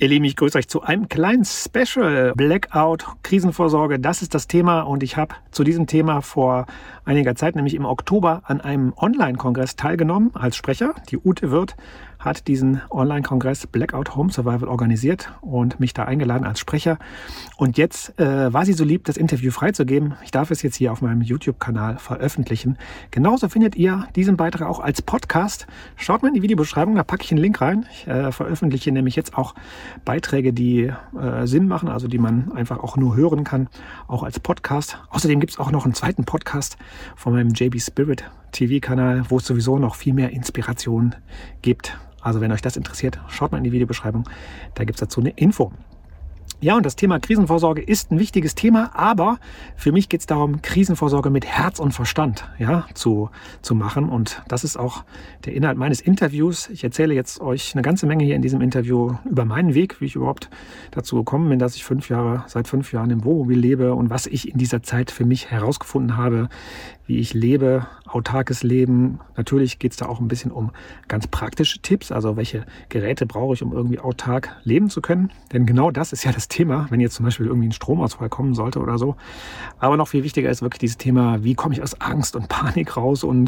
Ihr Lieben, ich grüße euch zu einem kleinen Special Blackout, Krisenvorsorge. Das ist das Thema und ich habe zu diesem Thema vor einiger Zeit, nämlich im Oktober, an einem Online-Kongress teilgenommen als Sprecher. Die Ute Wirth hat diesen Online-Kongress Blackout Home Survival organisiert und mich da eingeladen als Sprecher. Und jetzt war sie so lieb, das Interview freizugeben. Ich darf es jetzt hier auf meinem YouTube-Kanal veröffentlichen. Genauso findet ihr diesen Beitrag auch als Podcast. Schaut mal in die Videobeschreibung, da packe ich einen Link rein. Ich veröffentliche nämlich jetzt auch Beiträge, die Sinn machen, also die man einfach auch nur hören kann, auch als Podcast. Außerdem gibt es auch noch einen zweiten Podcast von meinem JB Spirit TV-Kanal, wo es sowieso noch viel mehr Inspiration gibt. Also wenn euch das interessiert, schaut mal in die Videobeschreibung, da gibt es dazu eine Info. Ja, und das Thema Krisenvorsorge ist ein wichtiges Thema, aber für mich geht es darum, Krisenvorsorge mit Herz und Verstand zu machen. Und das ist auch der Inhalt meines Interviews. Ich erzähle jetzt euch eine ganze Menge hier in diesem Interview über meinen Weg, wie ich überhaupt dazu gekommen bin, dass ich seit 5 Jahren im Wohnmobil lebe und was ich in dieser Zeit für mich herausgefunden habe, wie ich lebe, autarkes Leben. Natürlich geht es da auch ein bisschen um ganz praktische Tipps, also welche Geräte brauche ich, um irgendwie autark leben zu können. Denn genau das ist ja das Thema, wenn jetzt zum Beispiel irgendwie ein Stromausfall kommen sollte oder so. Aber noch viel wichtiger ist wirklich dieses Thema, wie komme ich aus Angst und Panik raus und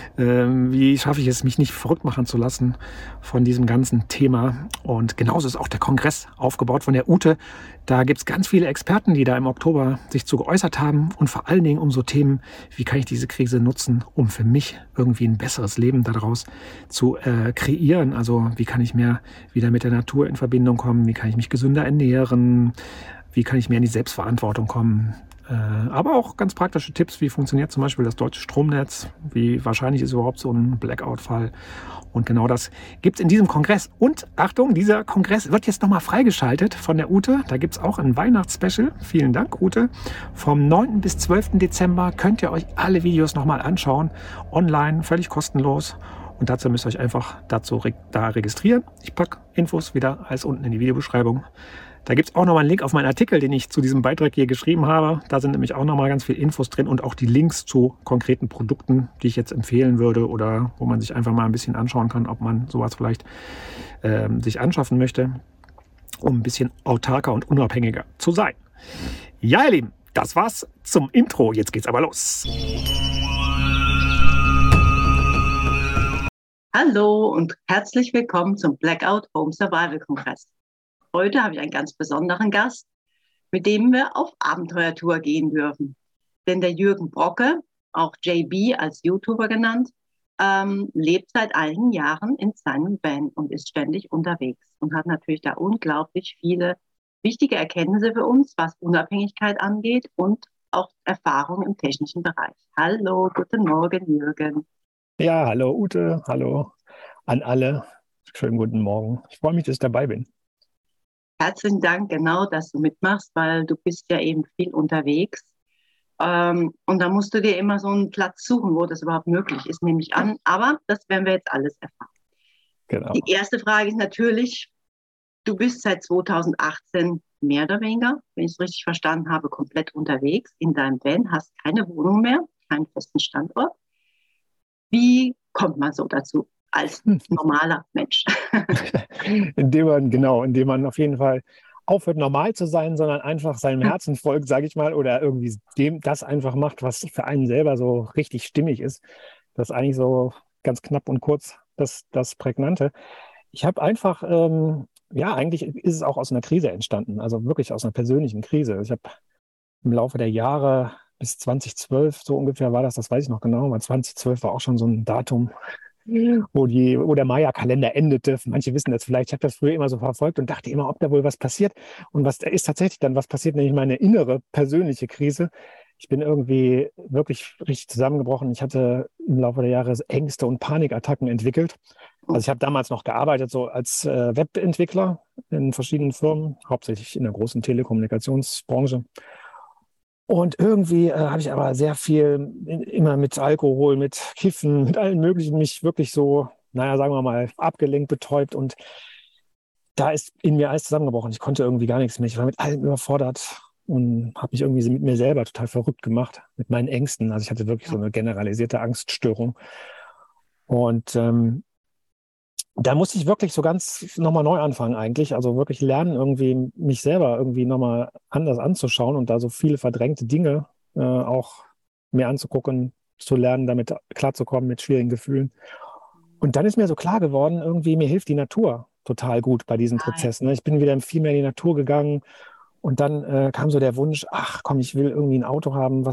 wie schaffe ich es, mich nicht verrückt machen zu lassen von diesem ganzen Thema. Und genauso ist auch der Kongress aufgebaut von der Ute. Da gibt es ganz viele Experten, die da im Oktober sich zu geäußert haben und vor allen Dingen um so Themen, wie kann ich diese Krise nutzen, um für mich irgendwie ein besseres Leben daraus zu kreieren. Also wie kann ich mehr wieder mit der Natur in Verbindung kommen, wie kann ich mich gesünder ernähren, wie kann ich mehr in die Selbstverantwortung kommen. Aber auch ganz praktische Tipps, wie funktioniert zum Beispiel das deutsche Stromnetz, wie wahrscheinlich ist überhaupt so ein Blackout-Fall. Und genau das gibt es in diesem Kongress. Und Achtung, dieser Kongress wird jetzt nochmal freigeschaltet von der Ute. Da gibt es auch ein Weihnachtsspecial. Vielen Dank, Ute. Vom 9. bis 12. Dezember könnt ihr euch alle Videos nochmal anschauen. Online, völlig kostenlos. Und dazu müsst ihr euch einfach da registrieren. Ich packe Infos wieder als unten in die Videobeschreibung. Da gibt es auch nochmal einen Link auf meinen Artikel, den ich zu diesem Beitrag hier geschrieben habe. Da sind nämlich auch nochmal ganz viele Infos drin und auch die Links zu konkreten Produkten, die ich jetzt empfehlen würde oder wo man sich einfach mal ein bisschen anschauen kann, ob man sowas vielleicht sich anschaffen möchte, um ein bisschen autarker und unabhängiger zu sein. Ja, ihr Lieben, das war's zum Intro. Jetzt geht's aber los. Hallo und herzlich willkommen zum Blackout Home Survival Kongress. Heute habe ich einen ganz besonderen Gast, mit dem wir auf Abenteuertour gehen dürfen. Denn der Jürgen Brocke, auch JB als YouTuber genannt, lebt seit einigen Jahren in seinem Van und ist ständig unterwegs und hat natürlich da unglaublich viele wichtige Erkenntnisse für uns, was Unabhängigkeit angeht und auch Erfahrung im technischen Bereich. Hallo, guten Morgen, Jürgen. Ja, hallo Ute, hallo an alle. Schönen guten Morgen. Ich freue mich, dass ich dabei bin. Herzlichen Dank, genau, dass du mitmachst, weil du bist ja eben viel unterwegs. Und da musst du dir immer so einen Platz suchen, wo das überhaupt möglich ist, nehme ich an. Aber das werden wir jetzt alles erfahren. Genau. Die erste Frage ist natürlich, du bist seit 2018 mehr oder weniger, wenn ich es richtig verstanden habe, komplett unterwegs in deinem Van, hast keine Wohnung mehr, keinen festen Standort. Wie kommt man so dazu als normaler Mensch? Indem man auf jeden Fall aufhört, normal zu sein, sondern einfach seinem Herzen folgt, sage ich mal, oder irgendwie das einfach macht, was für einen selber so richtig stimmig ist. Das ist eigentlich so ganz knapp und kurz das Prägnante. Ich habe einfach, eigentlich ist es auch aus einer Krise entstanden, also wirklich aus einer persönlichen Krise. Ich habe im Laufe der Jahre bis 2012, so ungefähr war das weiß ich noch genau, weil 2012 war auch schon so ein Datum, wo der Maya-Kalender endete. Manche wissen das vielleicht. Ich habe das früher immer so verfolgt und dachte immer, ob da wohl was passiert. Und da ist tatsächlich dann was passiert, nämlich meine innere persönliche Krise. Ich bin irgendwie wirklich richtig zusammengebrochen. Ich hatte im Laufe der Jahre Ängste und Panikattacken entwickelt. Also ich habe damals noch gearbeitet so als Webentwickler in verschiedenen Firmen, hauptsächlich in der großen Telekommunikationsbranche. Und irgendwie habe ich aber sehr viel immer mit Alkohol, mit Kiffen, mit allen möglichen mich wirklich so, sagen wir mal, abgelenkt, betäubt. Und da ist in mir alles zusammengebrochen. Ich konnte irgendwie gar nichts mehr. Ich war mit allem überfordert und habe mich irgendwie mit mir selber total verrückt gemacht, mit meinen Ängsten. Also ich hatte wirklich so eine generalisierte Angststörung. Und Da musste ich wirklich so ganz nochmal neu anfangen eigentlich. Also wirklich lernen, irgendwie mich selber irgendwie nochmal anders anzuschauen und da so viele verdrängte Dinge auch mir anzugucken, zu lernen, damit klarzukommen mit schwierigen Gefühlen. Und dann ist mir so klar geworden, irgendwie mir hilft die Natur total gut bei diesem Ah, ja. Prozess. Ne? Ich bin wieder viel mehr in die Natur gegangen und dann kam so der Wunsch, ach komm, ich will irgendwie ein Auto haben,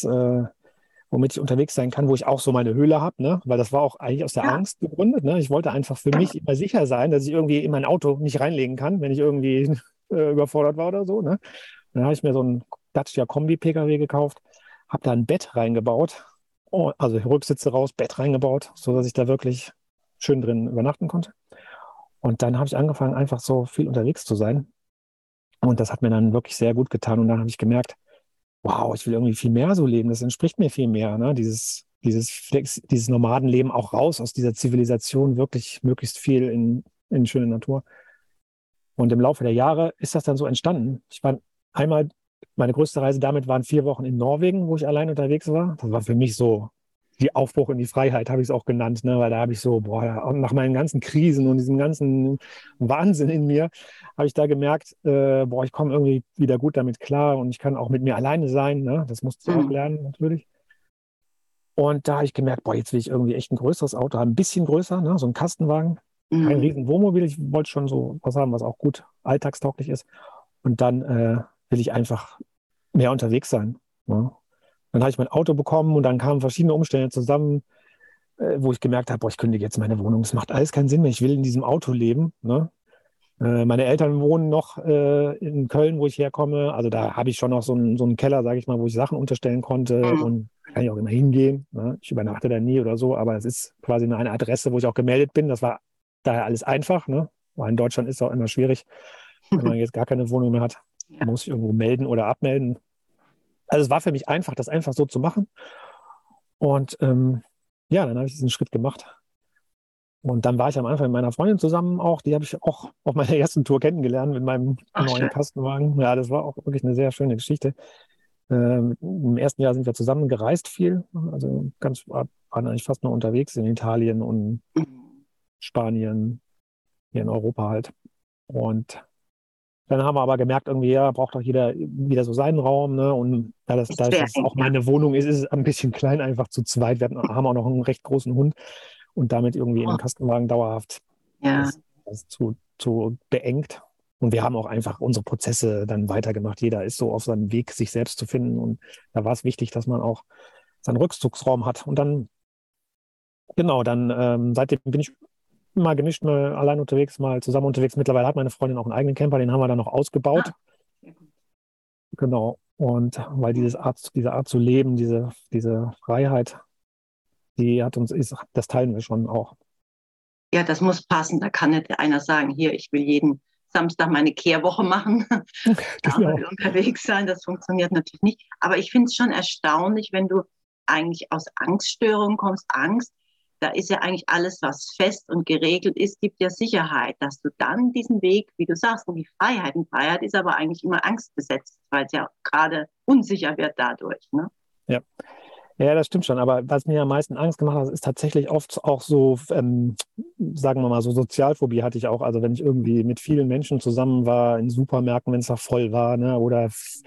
womit ich unterwegs sein kann, wo ich auch so meine Höhle habe, ne? Weil das war auch eigentlich aus der Ja. Angst begründet. Ne? Ich wollte einfach für mich immer sicher sein, dass ich irgendwie in mein Auto nicht reinlegen kann, wenn ich irgendwie überfordert war oder so. Ne? Dann habe ich mir so einen Dacia Kombi-Pkw gekauft, habe da ein Bett reingebaut, also Rücksitze raus, Bett reingebaut, sodass ich da wirklich schön drin übernachten konnte. Und dann habe ich angefangen, einfach so viel unterwegs zu sein. Und das hat mir dann wirklich sehr gut getan. Und dann habe ich gemerkt, wow, ich will irgendwie viel mehr so leben. Das entspricht mir viel mehr, ne? Dieses Nomadenleben auch raus aus dieser Zivilisation, wirklich möglichst viel in schöne Natur. Und im Laufe der Jahre ist das dann so entstanden. Ich war einmal, meine größte Reise damit waren 4 Wochen in Norwegen, wo ich allein unterwegs war. Das war für mich so die Aufbruch in die Freiheit, habe ich es auch genannt, ne? Weil da habe ich so, boah, ja, und nach meinen ganzen Krisen und diesem ganzen Wahnsinn in mir, habe ich da gemerkt, boah, ich komme irgendwie wieder gut damit klar und ich kann auch mit mir alleine sein. Ne? Das musste ich auch Mhm. lernen, natürlich. Und da habe ich gemerkt, boah, jetzt will ich irgendwie echt ein größeres Auto haben, ein bisschen größer, ne? So ein Kastenwagen. Kein Mhm. riesen Wohnmobil, ich wollte schon so was haben, was auch gut alltagstauglich ist. Und dann will ich einfach mehr unterwegs sein. Ne? Dann habe ich mein Auto bekommen und dann kamen verschiedene Umstände zusammen, wo ich gemerkt habe, boah, ich kündige jetzt meine Wohnung. Es macht alles keinen Sinn mehr. Ich will in diesem Auto leben. Ne? Meine Eltern wohnen noch in Köln, wo ich herkomme. Also da habe ich schon noch so einen Keller, sage ich mal, wo ich Sachen unterstellen konnte Mhm. und da kann ich auch immer hingehen. Ne? Ich übernachte da nie oder so, aber es ist quasi eine Adresse, wo ich auch gemeldet bin. Das war daher alles einfach. Ne? Weil in Deutschland ist es auch immer schwierig, wenn man jetzt gar keine Wohnung mehr hat, Ja. muss ich irgendwo melden oder abmelden. Also es war für mich einfach, das einfach so zu machen. Und ja, dann habe ich diesen Schritt gemacht. Und dann war ich am Anfang mit meiner Freundin zusammen auch. Die habe ich auch auf meiner ersten Tour kennengelernt mit meinem Ach, neuen schön. Kastenwagen. Ja, das war auch wirklich eine sehr schöne Geschichte. Im ersten Jahr sind wir zusammen gereist viel. Also waren eigentlich fast nur unterwegs in Italien und Mhm. Spanien, hier in Europa halt. Und dann haben wir aber gemerkt, irgendwie, ja, braucht doch jeder wieder so seinen Raum. Ne? Und Ist dadurch, sehr dass es eng, auch ja. meine Wohnung ist, ist es ein bisschen klein, einfach zu zweit. Haben auch noch einen recht großen Hund und damit irgendwie in Oh, einem Kastenwagen dauerhaft ja. das zu beengt. Und wir haben auch einfach unsere Prozesse dann weitergemacht. Jeder ist so auf seinem Weg, sich selbst zu finden. Und da war es wichtig, dass man auch seinen Rückzugsraum hat. Und dann, genau, dann seitdem bin ich mal gemischt, mal allein unterwegs, mal zusammen unterwegs. Mittlerweile hat meine Freundin auch einen eigenen Camper, den haben wir dann noch ausgebaut. Ah, sehr gut. Genau. Und weil diese Art zu leben, diese Freiheit, das teilen wir schon auch. Ja, das muss passen. Da kann nicht einer sagen, hier, ich will jeden Samstag meine Kehrwoche machen. Der andere Genau. will unterwegs sein. Das funktioniert natürlich nicht. Aber ich finde es schon erstaunlich, wenn du eigentlich aus Angststörungen kommst. Angst, da ist ja eigentlich alles, was fest und geregelt ist, gibt ja Sicherheit, dass du dann diesen Weg, wie du sagst, in die Freiheit. Und Freiheit ist aber eigentlich immer angstbesetzt, weil es ja gerade unsicher wird dadurch. Ne? Ja. Ja, das stimmt schon. Aber was mir am meisten Angst gemacht hat, ist tatsächlich oft auch so, sagen wir mal, so Sozialphobie hatte ich auch. Also wenn ich irgendwie mit vielen Menschen zusammen war, in Supermärkten, wenn es da voll war, ne, oder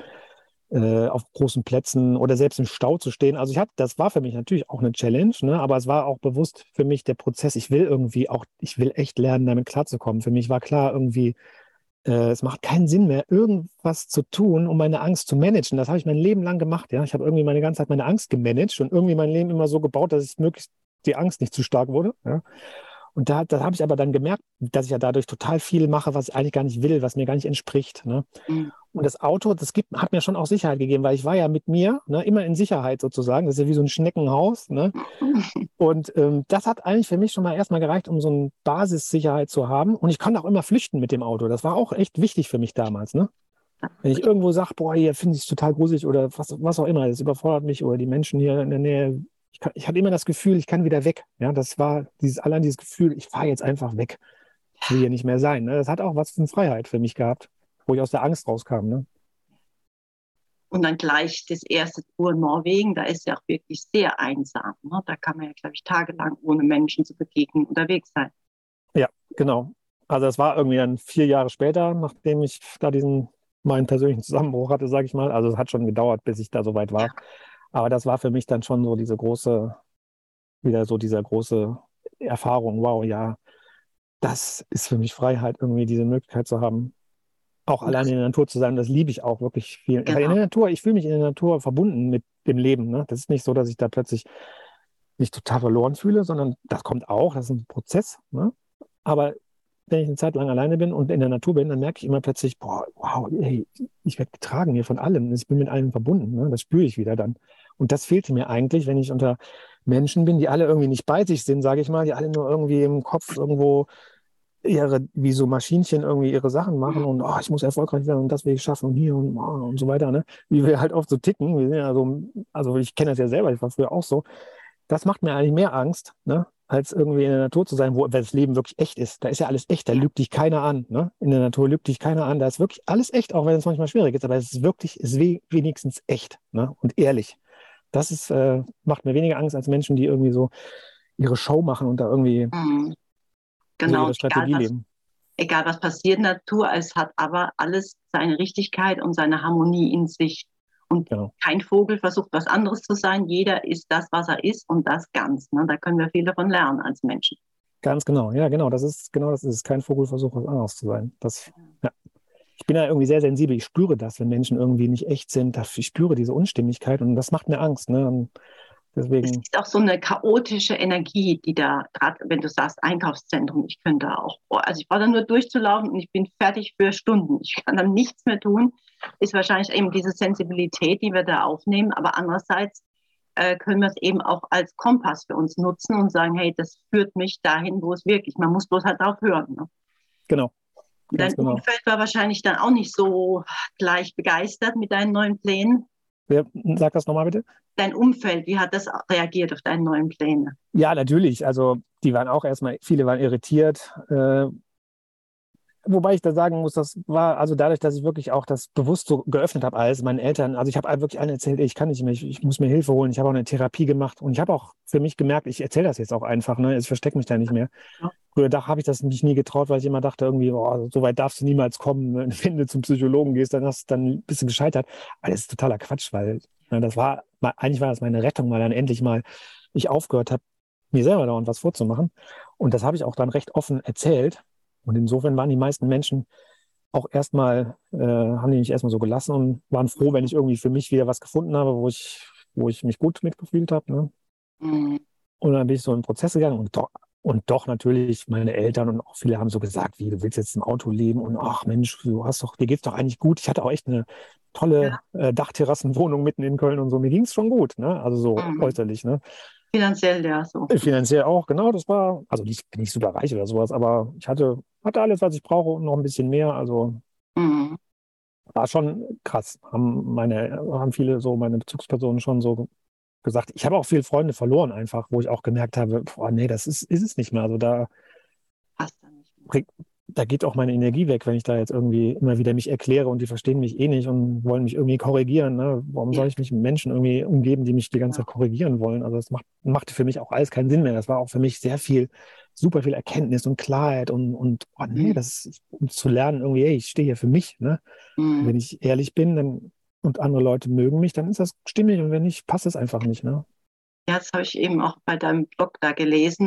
auf großen Plätzen oder selbst im Stau zu stehen. Also das war für mich natürlich auch eine Challenge, ne, aber es war auch bewusst für mich der Prozess. Ich will echt lernen, damit klarzukommen. Für mich war klar, irgendwie es macht keinen Sinn mehr, irgendwas zu tun, um meine Angst zu managen. Das habe ich mein Leben lang gemacht. Ja? Ich habe irgendwie meine ganze Zeit meine Angst gemanagt und irgendwie mein Leben immer so gebaut, dass ich möglichst die Angst nicht zu stark wurde. Ja? Und da habe ich aber dann gemerkt, dass ich ja dadurch total viel mache, was ich eigentlich gar nicht will, was mir gar nicht entspricht. Ne? Mhm. Und das Auto, hat mir schon auch Sicherheit gegeben, weil ich war ja mit mir, ne, immer in Sicherheit sozusagen. Das ist ja wie so ein Schneckenhaus. Ne? Und das hat eigentlich für mich schon mal erstmal gereicht, um so eine Basissicherheit zu haben. Und ich konnte auch immer flüchten mit dem Auto. Das war auch echt wichtig für mich damals. Ne? Wenn ich irgendwo sage, boah, hier finde ich es total gruselig oder was auch immer, das überfordert mich oder die Menschen hier in der Nähe. Ich hatte immer das Gefühl, ich kann wieder weg. Ja, das war allein dieses Gefühl, ich fahre jetzt einfach weg. Ich will hier nicht mehr sein. Ne? Das hat auch was von Freiheit für mich gehabt, wo ich aus der Angst rauskam. Ne? Und dann gleich das erste Tour in Norwegen, da ist ja auch wirklich sehr einsam. Ne? Da kann man ja, glaube ich, tagelang ohne Menschen zu begegnen unterwegs sein. Ja, genau. Also das war irgendwie dann 4 Jahre später, nachdem ich da meinen persönlichen Zusammenbruch hatte, sage ich mal. Also es hat schon gedauert, bis ich da so weit war. Aber das war für mich dann schon so wieder so diese große Erfahrung. Wow, ja, das ist für mich Freiheit, irgendwie diese Möglichkeit zu haben, auch Und alleine das, in der Natur zu sein. Das liebe ich auch wirklich viel. Weil in genau. der Natur, ich fühle mich in der Natur verbunden mit dem Leben. Ne? Das ist nicht so, dass ich da plötzlich mich total verloren fühle, sondern das kommt auch, das ist ein Prozess. Ne? Aber wenn ich eine Zeit lang alleine bin und in der Natur bin, dann merke ich immer plötzlich, boah, wow, ey, ich werde getragen hier von allem. Ich bin mit allem verbunden. Ne? Das spüre ich wieder dann. Und das fehlte mir eigentlich, wenn ich unter Menschen bin, die alle irgendwie nicht bei sich sind, sage ich mal, die alle nur irgendwie im Kopf irgendwo wie so Maschinchen irgendwie ihre Sachen machen und ich muss erfolgreich werden und das will ich schaffen und hier und so weiter, ne? Wie wir halt oft so ticken. Wir sind ja so, also ich kenne das ja selber, ich war früher auch so. Das macht mir eigentlich mehr Angst, ne? Als irgendwie in der Natur zu sein, wo das Leben wirklich echt ist. Da ist ja alles echt, da Ja. lügt dich keiner an, ne? In der Natur lügt dich keiner an, da ist wirklich alles echt, auch wenn es manchmal schwierig ist, aber es ist wirklich, wenigstens echt, ne? Und ehrlich. Macht mir weniger Angst als Menschen, die irgendwie so ihre Show machen und da irgendwie Mhm. so Genau, ihre und Strategie leben. egal was passiert in der Natur, es hat aber alles seine Richtigkeit und seine Harmonie in sich. Und Genau. kein Vogel versucht was anderes zu sein. Jeder ist das, was er ist und das ganz. Ne? Da können wir viel davon lernen als Menschen. Ganz genau, ja, genau, das ist kein Vogelversuch, was anderes zu sein. Ja. Ich bin ja irgendwie sehr sensibel. Ich spüre das, wenn Menschen irgendwie nicht echt sind. Ich spüre diese Unstimmigkeit und das macht mir Angst. Ne? Und Es deswegen, ist auch so eine chaotische Energie, die da, gerade wenn du sagst Einkaufszentrum, ich könnte auch, also ich brauche da nur durchzulaufen und ich bin fertig für Stunden. Ich kann dann nichts mehr tun. Ist wahrscheinlich eben diese Sensibilität, die wir da aufnehmen, aber andererseits können wir es eben auch als Kompass für uns nutzen und sagen, hey, das führt mich dahin, wo es wirklich, man muss bloß halt drauf hören. Ne? genau, ganz Dein genau. Umfeld war wahrscheinlich dann auch nicht so gleich begeistert mit deinen neuen Plänen. Wer, sag das nochmal bitte. Dein Umfeld, wie hat das reagiert auf deine neuen Pläne? Ja, natürlich. Also die waren auch erstmal, viele waren irritiert. Wobei ich da sagen muss, das war also dadurch, dass ich wirklich auch das bewusst so geöffnet habe, alles meinen Eltern, also ich habe wirklich allen erzählt, ey, ich kann nicht mehr, ich muss mir Hilfe holen. Ich habe auch eine Therapie gemacht und ich habe auch für mich gemerkt, ich erzähle das jetzt auch einfach, ne? Ich verstecke mich da nicht mehr. Ja. Früher habe ich das mich nie getraut, weil ich immer dachte, irgendwie, boah, so weit darfst du niemals kommen. Wenn du zum Psychologen gehst, dann bist du gescheitert. Aber das ist totaler Quatsch, weil eigentlich war das meine Rettung, weil dann endlich mal ich aufgehört habe, mir selber dauernd was vorzumachen. Und das habe ich auch dann recht offen erzählt. Und insofern waren die meisten Menschen auch haben die mich erstmal so gelassen und waren froh, wenn ich irgendwie für mich wieder was gefunden habe, wo ich mich gut mitgefühlt habe. Ne? Mhm. Und dann bin ich so in den Prozess gegangen und doch natürlich meine Eltern und auch viele haben so gesagt, wie, du willst jetzt im Auto leben und ach Mensch, dir geht's doch eigentlich gut. Ich hatte auch echt eine tolle Ja. Dachterrassenwohnung mitten in Köln und so. Mir ging es schon gut, ne? Also so Mhm. äußerlich, ne? Finanziell ja so. Finanziell auch, genau, das war, also nicht super reich oder sowas, aber ich hatte alles, was ich brauche und noch ein bisschen mehr. Also Mhm. war schon krass. Haben viele so meine Bezugspersonen schon so gesagt. Ich habe auch viele Freunde verloren einfach, wo ich auch gemerkt habe, boah, nee, ist es nicht mehr. Also Passt dann nicht mehr. bringt- da geht auch meine Energie weg, wenn ich da jetzt irgendwie immer wieder mich erkläre und die verstehen mich eh nicht und wollen mich irgendwie korrigieren. Ne? Warum Ja, soll ich mich mit Menschen irgendwie umgeben, die mich die ganze Zeit genau. korrigieren wollen? Also das machte für mich auch alles keinen Sinn mehr. Das war auch für mich super viel Erkenntnis und Klarheit und oh nee, Mhm. um zu lernen, irgendwie, hey, ich stehe hier für mich. Ne? Und Mhm. wenn ich ehrlich bin, und andere Leute mögen mich, dann ist das stimmig und wenn nicht, passt es einfach nicht. Ne? Ja, das habe ich eben auch bei deinem Blog da gelesen.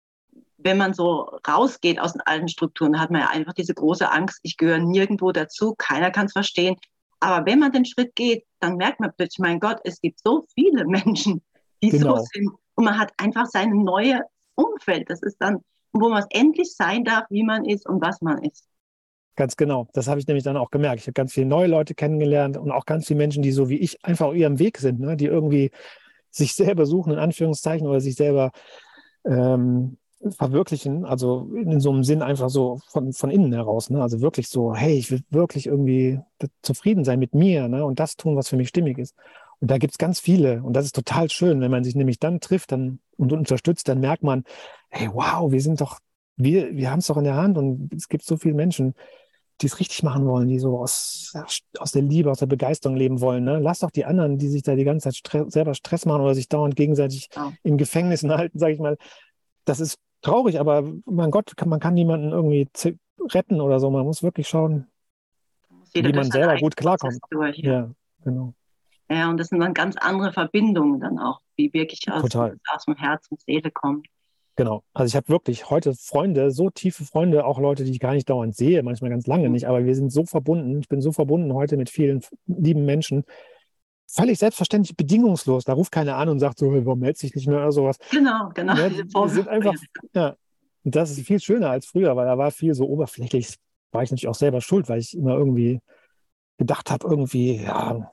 Wenn man so rausgeht aus den alten Strukturen, hat man ja einfach diese große Angst, ich gehöre nirgendwo dazu, keiner kann es verstehen. Aber wenn man den Schritt geht, dann merkt man plötzlich, mein Gott, es gibt so viele Menschen, die so Genau. sind. Und man hat einfach sein neues Umfeld. Das ist dann, wo man endlich sein darf, wie man ist und was man ist. Ganz genau. Das habe ich nämlich dann auch gemerkt. Ich habe ganz viele neue Leute kennengelernt und auch ganz viele Menschen, die so wie ich einfach auf ihrem Weg sind, ne? Die irgendwie sich selber suchen, in Anführungszeichen, oder sich selber verwirklichen. Also in so einem Sinn einfach so von innen heraus. Ne? Also wirklich so, hey, ich will wirklich irgendwie zufrieden sein mit mir, ne? Und das tun, was für mich stimmig ist. Und da gibt es ganz viele. Und das ist total schön, wenn man sich nämlich dann trifft und unterstützt, dann merkt man, hey, wow, wir haben es doch in der Hand und es gibt so viele Menschen, die es richtig machen wollen, die so aus der Liebe, aus der Begeisterung leben wollen. Ne? Lass doch die anderen, die sich da die ganze Zeit selber Stress machen oder sich dauernd gegenseitig Ja. in Gefängnissen halten, sage ich mal. Das ist traurig, aber mein Gott, man kann niemanden irgendwie retten oder so. Man muss wirklich schauen, Da muss jeder wie durch man seinen selber eigenen gut Prozess klarkommt. durch, ja. Ja, genau. Ja, und das sind dann ganz andere Verbindungen dann auch, die wirklich Total. aus dem Herz und Seele kommen. Genau. Also ich habe wirklich heute Freunde, so tiefe Freunde, auch Leute, die ich gar nicht dauernd sehe, manchmal ganz lange Mhm. nicht, aber wir sind so verbunden. Ich bin so verbunden heute mit vielen lieben Menschen. Völlig selbstverständlich, bedingungslos. Da ruft keiner an und sagt so, hey, warum meldest du dich nicht mehr oder sowas. Genau, Ne, diese die sind Vorwürfe. einfach, ja. Und das ist viel schöner als früher, weil da war viel so oberflächlich. War ich natürlich auch selber schuld, weil ich immer irgendwie gedacht habe, irgendwie, ja,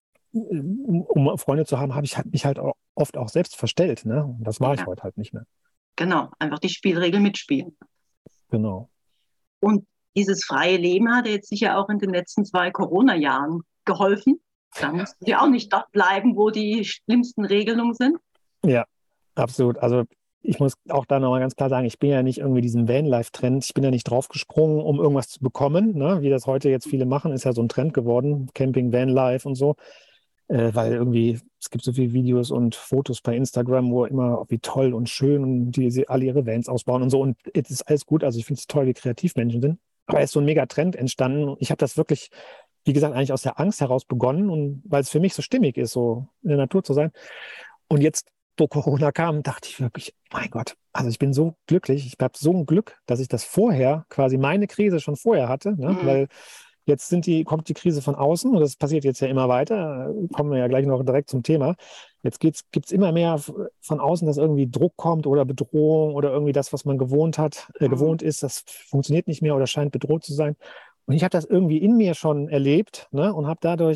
um Freunde zu haben, habe ich mich halt auch oft auch selbst verstellt. Ne? Und das mache ich Ja, heute halt nicht mehr. genau, einfach die Spielregeln mitspielen. Genau. Und dieses freie Leben hat dir jetzt sicher auch in den letzten 2 Corona-Jahren geholfen. Da musst du ja auch nicht dort bleiben, wo die schlimmsten Regelungen sind. Ja, absolut. Also ich muss auch da nochmal ganz klar sagen, ich bin ja nicht irgendwie diesen Vanlife-Trend, ich bin ja nicht draufgesprungen, um irgendwas zu bekommen, ne? Wie das heute jetzt viele machen, ist ja so ein Trend geworden, Camping, Vanlife und so, weil irgendwie, es gibt so viele Videos und Fotos bei Instagram, wo immer, wie toll und schön und die sie alle ihre Vans ausbauen und so und es ist alles gut, also ich finde es toll, wie kreativ Menschen sind, aber es ist so ein Mega-Trend entstanden. Ich habe das wirklich, wie gesagt, eigentlich aus der Angst heraus begonnen und weil es für mich so stimmig ist, so in der Natur zu sein. Und jetzt, wo Corona kam, dachte ich wirklich, mein Gott, also ich bin so glücklich, ich habe so ein Glück, dass ich das vorher, quasi meine Krise schon vorher hatte, ne? Mhm. Weil jetzt kommt die Krise von außen und das passiert jetzt ja immer weiter, kommen wir ja gleich noch direkt zum Thema. Jetzt gibt es immer mehr von außen, dass irgendwie Druck kommt oder Bedrohung oder irgendwie das, was man Mhm. gewohnt ist, das funktioniert nicht mehr oder scheint bedroht zu sein. Und ich habe das irgendwie in mir schon erlebt, ne? Und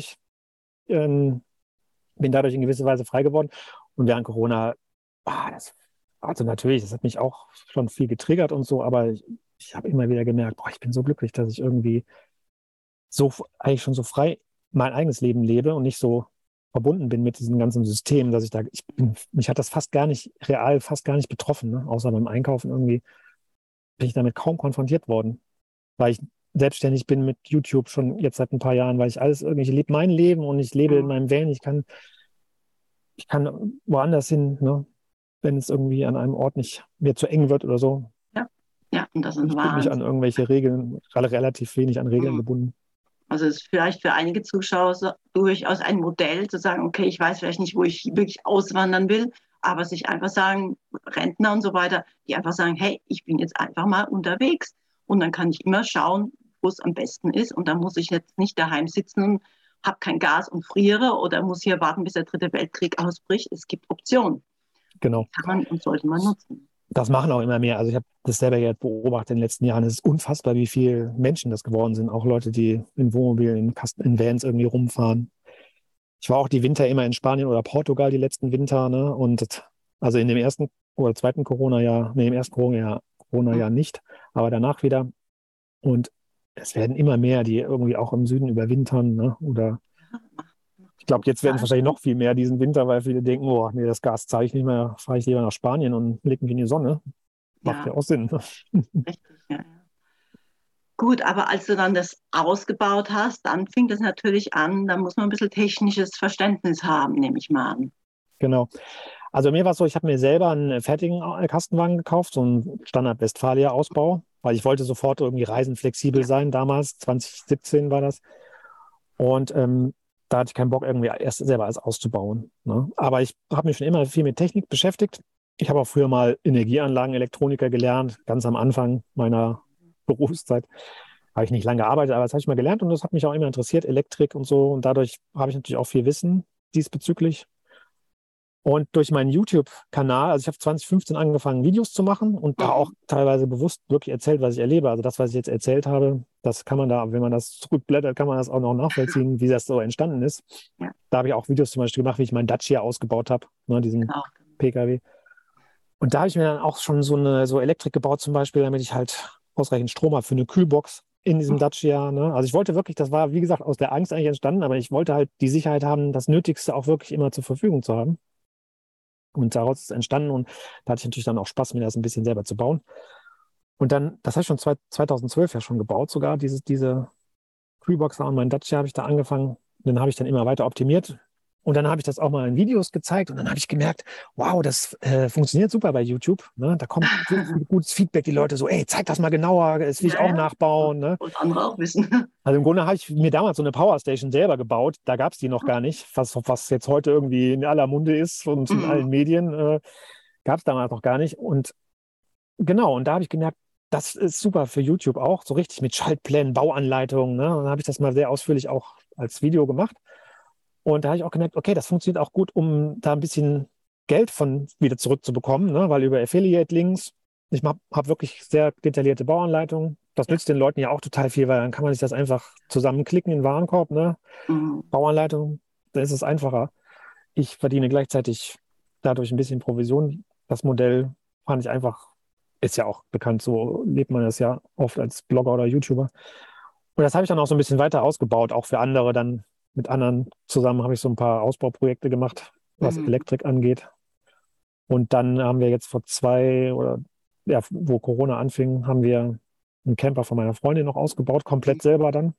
ähm, bin dadurch in gewisser Weise frei geworden. Und während Corona, also natürlich, das hat mich auch schon viel getriggert und so, aber ich habe immer wieder gemerkt, boah, ich bin so glücklich, dass ich irgendwie eigentlich schon so frei mein eigenes Leben lebe und nicht so verbunden bin mit diesem ganzen System, dass mich hat das fast gar nicht real, fast gar nicht betroffen, ne? Außer beim Einkaufen irgendwie bin ich damit kaum konfrontiert worden, weil ich selbstständig bin mit YouTube schon jetzt seit ein paar Jahren, weil ich alles irgendwie, ich lebe mein Leben und ich lebe in Mhm. meinem Van, ich kann woanders hin, ne? Wenn es irgendwie an einem Ort nicht mir zu eng wird oder so. Ja. Ja, und das ist Ich bin nicht an Wahnsinn. irgendwelche Regeln, relativ wenig an Regeln Mhm. gebunden. Also es ist vielleicht für einige Zuschauer durchaus ein Modell zu sagen, okay, ich weiß vielleicht nicht, wo ich wirklich auswandern will, aber sich einfach sagen, Rentner und so weiter, die einfach sagen, hey, ich bin jetzt einfach mal unterwegs und dann kann ich immer schauen, wo es am besten ist und dann muss ich jetzt nicht daheim sitzen und habe kein Gas und friere oder muss hier warten, bis der dritte Weltkrieg ausbricht. Es gibt Optionen. Die Genau. kann man und sollte man nutzen. Das machen auch immer mehr. Also ich habe das selber jetzt beobachtet in den letzten Jahren. Es ist unfassbar, wie viele Menschen das geworden sind. Auch Leute, die in Wohnmobilen, in Vans irgendwie rumfahren. Ich war auch die Winter immer in Spanien oder Portugal, die letzten Winter, ne? Also in dem ersten oder zweiten Corona-Jahr, nee, im ersten Corona-Jahr nicht, aber danach wieder. Und es werden immer mehr, die irgendwie auch im Süden überwintern, ne? Oder ich glaube, jetzt werden es Total wahrscheinlich Sinn. noch viel mehr diesen Winter, weil viele denken, oh, nee, das Gas zahle ich nicht mehr, fahre ich lieber nach Spanien und leg mich in die Sonne. Macht Ja, ja auch Sinn. richtig. Ja, ja. Gut, aber als du dann das ausgebaut hast, dann fing das natürlich an, da muss man ein bisschen technisches Verständnis haben, nehme ich mal an. Genau. Also mir war es so, ich habe mir selber einen fertigen Kastenwagen gekauft, so einen Standard-Westfalia-Ausbau, weil ich wollte sofort irgendwie reisenflexibel Ja. sein. Damals, 2017 war das. Und da hatte ich keinen Bock, irgendwie erst selber alles auszubauen. Ne? Aber ich habe mich schon immer viel mit Technik beschäftigt. Ich habe auch früher mal Energieanlagen, Elektroniker gelernt, ganz am Anfang meiner Berufszeit. Habe ich nicht lange gearbeitet, aber das habe ich mal gelernt und das hat mich auch immer interessiert, Elektrik und so. Und dadurch habe ich natürlich auch viel Wissen diesbezüglich. Und durch meinen YouTube-Kanal, also ich habe 2015 angefangen, Videos zu machen und da auch Mhm. teilweise bewusst wirklich erzählt, was ich erlebe. Also das, was ich jetzt erzählt habe, das kann man da, wenn man das zurückblättert, kann man das auch noch nachvollziehen, wie das so entstanden ist. Ja, Da habe ich auch Videos zum Beispiel gemacht, wie ich meinen Dacia ausgebaut habe, ne, diesen genau. PKW. Und da habe ich mir dann auch schon so Elektrik gebaut zum Beispiel, damit ich halt ausreichend Strom habe für eine Kühlbox in diesem Dacia. Ne? Also ich wollte wirklich, das war wie gesagt aus der Angst eigentlich entstanden, aber ich wollte halt die Sicherheit haben, das Nötigste auch wirklich immer zur Verfügung zu haben. Und daraus ist es entstanden und da hatte ich natürlich dann auch Spaß, mir das ein bisschen selber zu bauen. Und dann, das habe ich schon 2012 ja schon gebaut, sogar diese Kühlboxer und mein Dacia habe ich da angefangen. Den habe ich dann immer weiter optimiert. Und dann habe ich das auch mal in Videos gezeigt und dann habe ich gemerkt, wow, das funktioniert super bei YouTube. Ne? Da kommt so viel gutes Feedback, die Leute so, ey, zeig das mal genauer, das will ich Ja, auch ja. nachbauen. Ne? Und andere auch wissen. Also im Grunde habe ich mir damals so eine Powerstation selber gebaut. Da gab es die noch gar nicht, was jetzt heute irgendwie in aller Munde ist und in Mhm. allen Medien, gab es damals noch gar nicht. Und genau, und da habe ich gemerkt, das ist super für YouTube auch, so richtig mit Schaltplänen, Bauanleitungen. Ne? Und dann habe ich das mal sehr ausführlich auch als Video gemacht. Und da habe ich auch gemerkt, okay, das funktioniert auch gut, um da ein bisschen Geld von wieder zurückzubekommen, ne? Weil über Affiliate-Links, ich habe wirklich sehr detaillierte Bauanleitungen. Das Ja. nützt den Leuten ja auch total viel, weil dann kann man sich das einfach zusammenklicken in den Warenkorb, ne? Mhm. Bauanleitung, dann ist es einfacher. Ich verdiene gleichzeitig dadurch ein bisschen Provision. Das Modell fand ich einfach, ist ja auch bekannt, so lebt man das ja oft als Blogger oder YouTuber. Und das habe ich dann auch so ein bisschen weiter ausgebaut, auch für andere. Dann mit anderen zusammen habe ich so ein paar Ausbauprojekte gemacht, was Mhm. Elektrik angeht. Und dann haben wir jetzt vor oder ja, wo Corona anfing, haben wir einen Camper von meiner Freundin noch ausgebaut, komplett selber dann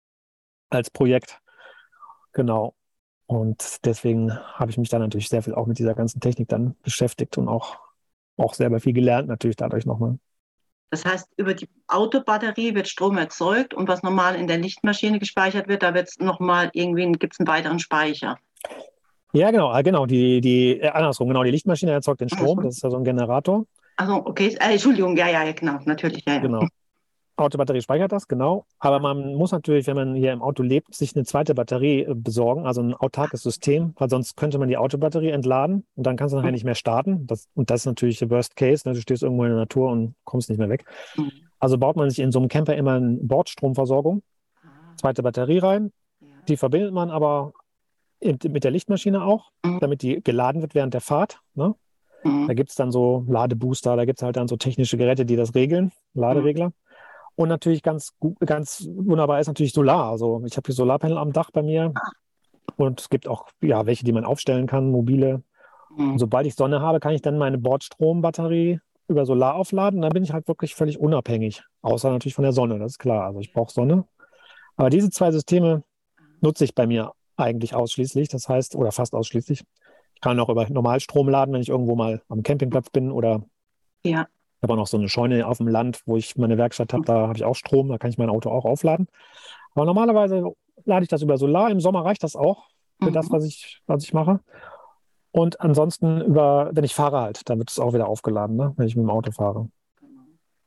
als Projekt. Genau. Und deswegen habe ich mich dann natürlich sehr viel auch mit dieser ganzen Technik dann beschäftigt und auch selber viel gelernt, natürlich dadurch nochmal. Das heißt, über die Autobatterie wird Strom erzeugt und was normal in der Lichtmaschine gespeichert wird, da wird es nochmal irgendwie, gibt es einen weiteren Speicher. Ja, genau, genau, andersrum, genau, die Lichtmaschine erzeugt den Strom, Mhm. das ist ja so ein Generator. Also, okay, Entschuldigung, ja, ja, ja, genau, natürlich, ja, ja. Genau. Autobatterie speichert das, genau. Aber man muss natürlich, wenn man hier im Auto lebt, sich eine zweite Batterie besorgen, also ein autarkes System, weil sonst könnte man die Autobatterie entladen und dann kannst du nachher nicht mehr starten. Und das ist natürlich der Worst Case, ne? Du stehst irgendwo in der Natur und kommst nicht mehr weg. Mhm. Also baut man sich in so einem Camper immer eine Bordstromversorgung, Ah, zweite Batterie rein. ja. Die verbindet man aber mit der Lichtmaschine auch, Mhm. damit die geladen wird während der Fahrt. Ne? Mhm. Da gibt es dann so Ladebooster, da gibt es halt dann so technische Geräte, die das regeln, Mhm. Laderegler. Und natürlich ganz gut, ganz wunderbar ist natürlich Solar. Also ich habe hier Solarpanel am Dach bei mir und es gibt auch ja, welche, die man aufstellen kann, mobile. Und Mhm. sobald ich Sonne habe, kann ich dann meine Bordstrombatterie über Solar aufladen. Dann bin ich halt wirklich völlig unabhängig. Außer natürlich von der Sonne, das ist klar. Also ich brauche Sonne. Aber diese zwei Systeme nutze ich bei mir eigentlich ausschließlich. Das heißt, oder fast ausschließlich. Ich kann auch über Normalstrom laden, wenn ich irgendwo mal am Campingplatz bin oder Ja. ich habe auch noch so eine Scheune auf dem Land, wo ich meine Werkstatt habe. Mhm. Da habe ich auch Strom, da kann ich mein Auto auch aufladen. Aber normalerweise lade ich das über Solar. Im Sommer reicht das auch für das, Mhm. was ich mache. Und ansonsten wenn ich fahre halt, dann wird es auch wieder aufgeladen, ne? Wenn ich mit dem Auto fahre. Genau.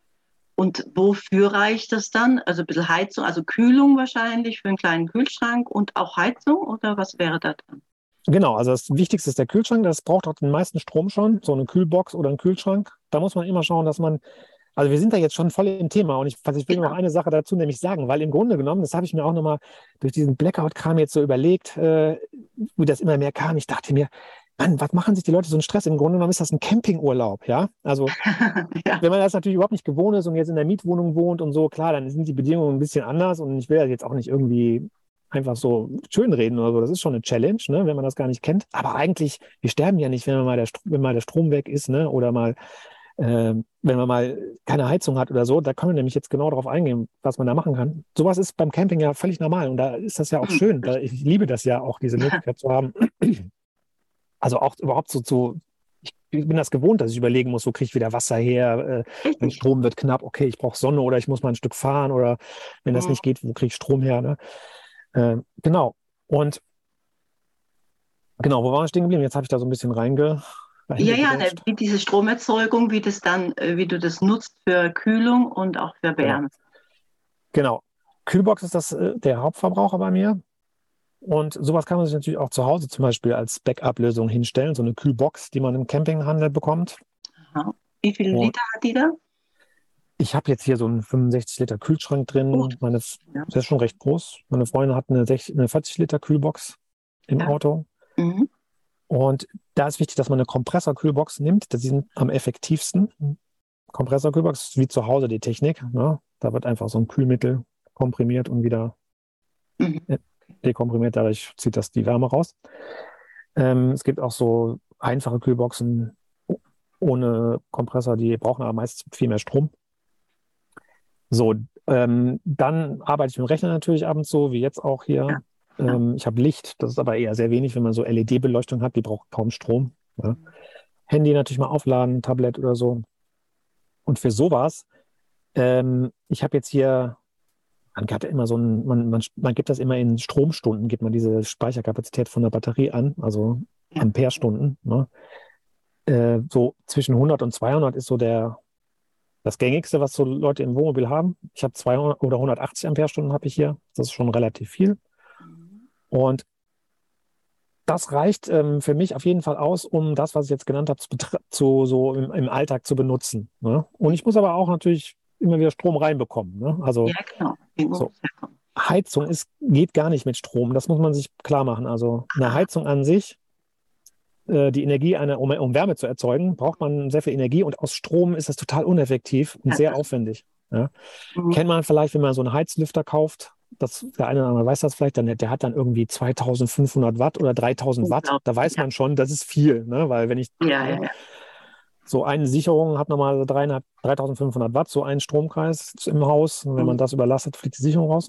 Und wofür reicht das dann? Also ein bisschen Heizung, also Kühlung wahrscheinlich für einen kleinen Kühlschrank und auch Heizung oder was wäre das dann? Genau, also das Wichtigste ist der Kühlschrank. Das braucht auch den meisten Strom schon, so eine Kühlbox oder ein Kühlschrank. Da muss man immer schauen, dass man, also wir sind da jetzt schon voll im Thema und ich will nur noch Genau. eine Sache dazu nämlich sagen, weil im Grunde genommen, das habe ich mir auch nochmal durch diesen Blackout-Kram jetzt so überlegt, wie das immer mehr kam. Ich dachte mir, Mann, was machen sich die Leute so einen Stress? Im Grunde genommen ist das ein Campingurlaub, ja? Also Ja. wenn man das natürlich überhaupt nicht gewohnt ist und jetzt in der Mietwohnung wohnt und so, klar, dann sind die Bedingungen ein bisschen anders und ich will das jetzt auch nicht irgendwie einfach so schönreden oder so. Das ist schon eine Challenge, ne, wenn man das gar nicht kennt. Aber eigentlich, wir sterben ja nicht, wenn mal der Strom weg ist, ne, oder mal, wenn man mal keine Heizung hat oder so. Da können wir nämlich jetzt genau darauf eingehen, was man da machen kann. Sowas ist beim Camping ja völlig normal und da ist das ja auch Mhm. schön. Ich liebe das ja auch, diese Möglichkeit zu haben. Also auch überhaupt ich bin das gewohnt, dass ich überlegen muss, wo kriege ich wieder Wasser her, mein Richtig. Strom wird knapp, okay, ich brauche Sonne oder ich muss mal ein Stück fahren oder wenn das Mhm. nicht geht, wo kriege ich Strom her, ne? Genau. Und genau, wo waren wir stehen geblieben? Jetzt habe ich da so ein bisschen Ja, ja, reingegrätscht. wie diese Stromerzeugung, wie das dann, wie du das nutzt für Kühlung und auch für Genau. Wärme. Genau. Kühlbox ist der Hauptverbraucher bei mir. Und sowas kann man sich natürlich auch zu Hause zum Beispiel als Backup-Lösung hinstellen, so eine Kühlbox, die man im Campinghandel bekommt. Aha. Wie viele Und Liter hat die da? ich habe jetzt hier so einen 65 Liter Kühlschrank Oh, drin. ja. Der ist schon recht groß. Meine Freundin hat eine 40 Liter Kühlbox im Ja. Auto. Mhm. Und da ist wichtig, dass man eine Kompressorkühlbox nimmt. Die sind am effektivsten. Kompressorkühlbox ist wie zu Hause die Technik. Ne? Da wird einfach so ein Kühlmittel komprimiert und wieder Mhm. äh, dekomprimiert. Dadurch zieht das die Wärme raus. Es gibt auch so einfache Kühlboxen ohne Kompressor, die brauchen aber meistens viel mehr Strom. So, dann arbeite ich mit dem Rechner natürlich ab und zu, wie jetzt auch Ja. hier. Ich habe Licht, das ist aber eher sehr wenig, wenn man so LED-Beleuchtung hat, die braucht kaum Strom. Ja. Handy natürlich mal aufladen, Tablet oder so. Und für sowas, ich habe jetzt hier, man hat ja immer so ein, man gibt das immer in Stromstunden, gibt man diese Speicherkapazität von der Batterie an, also Ja. Amperestunden. Ne? So zwischen 100 und 200 ist so das gängigste, was so Leute im Wohnmobil haben. Ich habe 200 oder 180 Amperestunden habe ich hier. Das ist schon relativ viel. Mhm. Und das reicht für mich auf jeden Fall aus, um das, was ich jetzt genannt habe, so im Alltag zu benutzen. Ne? Und ich muss aber auch natürlich immer wieder Strom reinbekommen. Ne? Also Ja, genau. Irgendwo so muss herkommen. Heizung geht gar nicht mit Strom. Das muss man sich klar machen. Also eine Ah, Heizung an sich, die Energie, um Wärme zu erzeugen, braucht man sehr viel Energie und aus Strom ist das total uneffektiv und ja, sehr aufwendig. Ja? mhm. Kennt man vielleicht, wenn man so einen Heizlüfter kauft, der eine oder andere weiß das vielleicht, der hat dann irgendwie 2500 Watt oder 3000 Watt. Da Unglaublich. weiß man schon, das ist viel, ne? Weil wenn ich Ja, ja, ne, ja. so eine Sicherung hat normalerweise 3500 Watt, so einen Stromkreis im Haus. Und wenn man Mhm. das überlastet, fliegt die Sicherung raus.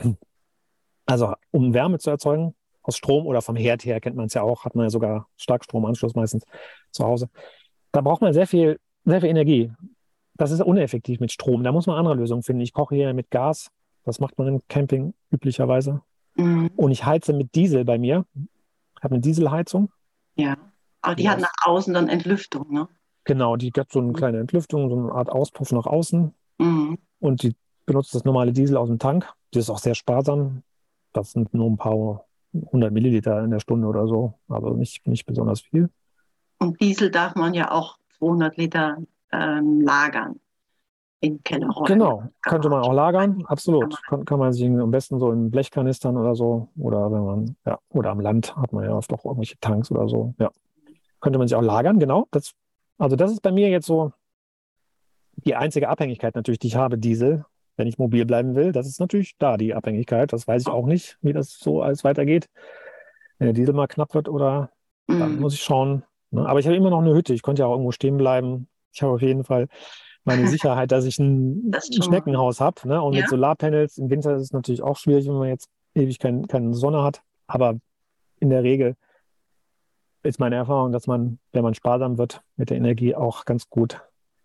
Also, um Wärme zu erzeugen, aus Strom oder vom Herd her, kennt man es ja auch, hat man ja sogar Starkstromanschluss meistens zu Hause. Da braucht man sehr viel Energie. Das ist uneffektiv mit Strom. Da muss man andere Lösungen finden. Ich koche hier mit Gas. Das macht man im Camping üblicherweise. Mhm. Und ich heize mit Diesel bei mir. Ich habe eine Dieselheizung. Ja. Aber Die die hat nach aus, außen dann Entlüftung, ne? genau, die hat so eine Mhm. kleine Entlüftung, so eine Art Auspuff nach außen. Mhm. Und die benutzt das normale Diesel aus dem Tank. Die ist auch sehr sparsam. Das sind nur ein paar 100 Milliliter in der Stunde oder so. Also nicht besonders viel. Und Diesel darf man ja auch 200 Liter lagern in Kellerräumen, Genau, könnte man Garage. auch lagern, Kann man, absolut. Kann man sich am besten so in Blechkanistern oder so, oder wenn man, ja, oder am Land hat man ja oft auch irgendwelche Tanks oder so. Ja, könnte man sich auch lagern, genau. Also das ist bei mir jetzt so die einzige Abhängigkeit natürlich, die ich habe, Diesel, wenn ich mobil bleiben will. Das ist natürlich da, die Abhängigkeit. Das weiß ich auch nicht, wie das so alles weitergeht. Wenn der Diesel mal knapp wird oder dann mhm. muss ich schauen. Ne? Aber ich habe immer noch eine Hütte. Ich konnte ja auch irgendwo stehen bleiben. Ich habe auf jeden Fall meine Sicherheit, dass ich Das ist ein schon mal, Schneckenhaus habe. Ne? Und mit ja. Solarpanels im Winter ist es natürlich auch schwierig, wenn man jetzt ewig keine Sonne hat. Aber in der Regel ist meine Erfahrung, dass man, wenn man sparsam wird mit der Energie, auch ganz gut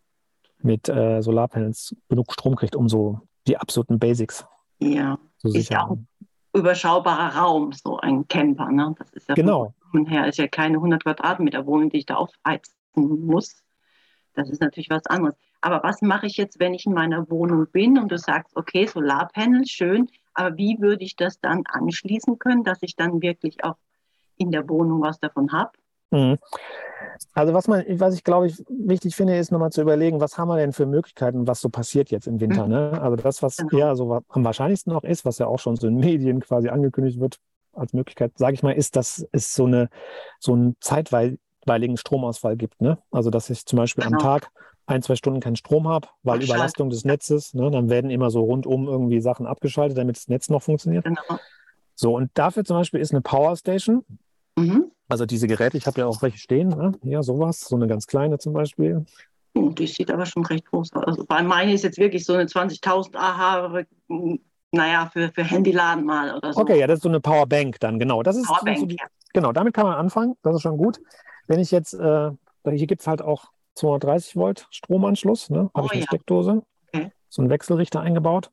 mit Solarpanels genug Strom kriegt, um so die absoluten Basics Ja. zu Ist ja auch ein sichern. überschaubarer Raum, so ein Camper, ne? Das ist ja vom Genau. Volumen her, ist ja keine 100 Quadratmeter Wohnung, die ich da aufheizen muss. Das ist natürlich was anderes. Aber was mache ich jetzt, wenn ich in meiner Wohnung bin und du sagst, okay, Solarpanel, schön, aber wie würde ich das dann anschließen können, dass ich dann wirklich auch in der Wohnung was davon habe? Mhm. Also was ich glaube ich wichtig finde, ist nochmal zu überlegen, was haben wir denn für Möglichkeiten, was so passiert jetzt im Winter, Mhm, ne? Also das, was genau. eher so am wahrscheinlichsten noch ist, was ja auch schon so in Medien quasi angekündigt wird als Möglichkeit, sage ich mal, ist, dass es so einen zeitweiligen Stromausfall gibt, ne? Also dass ich zum Beispiel am Genau. Tag 1, 2 Stunden keinen Strom habe, weil Abschalten. Überlastung des Netzes, ne? Dann werden immer so rundum irgendwie Sachen abgeschaltet, damit das Netz noch funktioniert. Genau. So, und dafür zum Beispiel ist eine Powerstation, Mhm. also diese Geräte, ich habe ja auch welche stehen, ne? Ja, sowas, so eine ganz kleine zum Beispiel. Die sieht aber schon recht groß aus. Also bei meine ist jetzt wirklich so eine 20.000 AH, naja, für Handyladen mal oder Okay, so. ja, das ist so eine Powerbank dann, genau. Sind so Powerbank, die, ja. genau, damit kann man anfangen, das ist schon gut. Wenn ich jetzt, hier gibt es halt auch 230 Volt Stromanschluss, ne? Habe Oh ich eine ja, Steckdose, okay. so einen Wechselrichter eingebaut.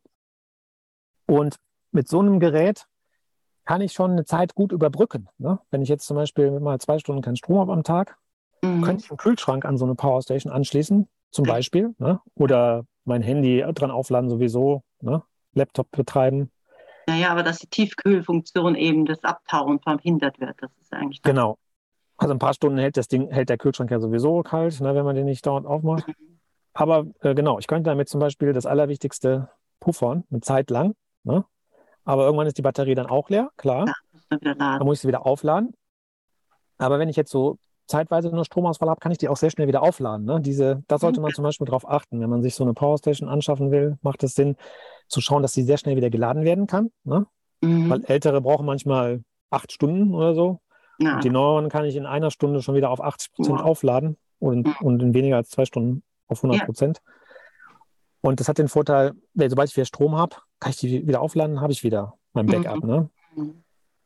Und mit so einem Gerät kann ich schon eine Zeit gut überbrücken. Ne? Wenn ich jetzt zum Beispiel mal 2 Stunden keinen Strom habe am Tag, Mhm. könnte ich einen Kühlschrank an so eine Powerstation anschließen, zum Beispiel, ne? Oder mein Handy dran aufladen sowieso, ne? Laptop betreiben. Naja, aber dass die Tiefkühlfunktion eben das Abtauen verhindert wird, das ist eigentlich das. Genau. Also ein paar Stunden hält der Kühlschrank ja sowieso kalt, ne, wenn man den nicht dauernd aufmacht. Mhm. Aber genau, ich könnte damit zum Beispiel das Allerwichtigste puffern, eine Zeit lang. Ne? Aber irgendwann ist die Batterie dann auch leer, klar. Ja, muss man wieder Dann laden. muss ich sie wieder aufladen. Aber wenn ich jetzt so zeitweise nur Stromausfall habe, kann ich die auch sehr schnell wieder aufladen. Ne? Da Mhm. sollte man zum Beispiel drauf achten. Wenn man sich so eine Powerstation anschaffen will, macht es Sinn, zu schauen, dass sie sehr schnell wieder geladen werden kann. Ne? Weil Mhm. ältere brauchen manchmal 8 Stunden oder so. Und Na, die neueren kann ich in einer Stunde schon wieder auf 80% wow. aufladen Mhm. und in weniger als 2 Stunden auf hundert Ja. Prozent. Und das hat den Vorteil, sobald ich wieder Strom habe, kann ich die wieder aufladen, habe ich wieder mein Backup. Mhm. Ne? Mhm.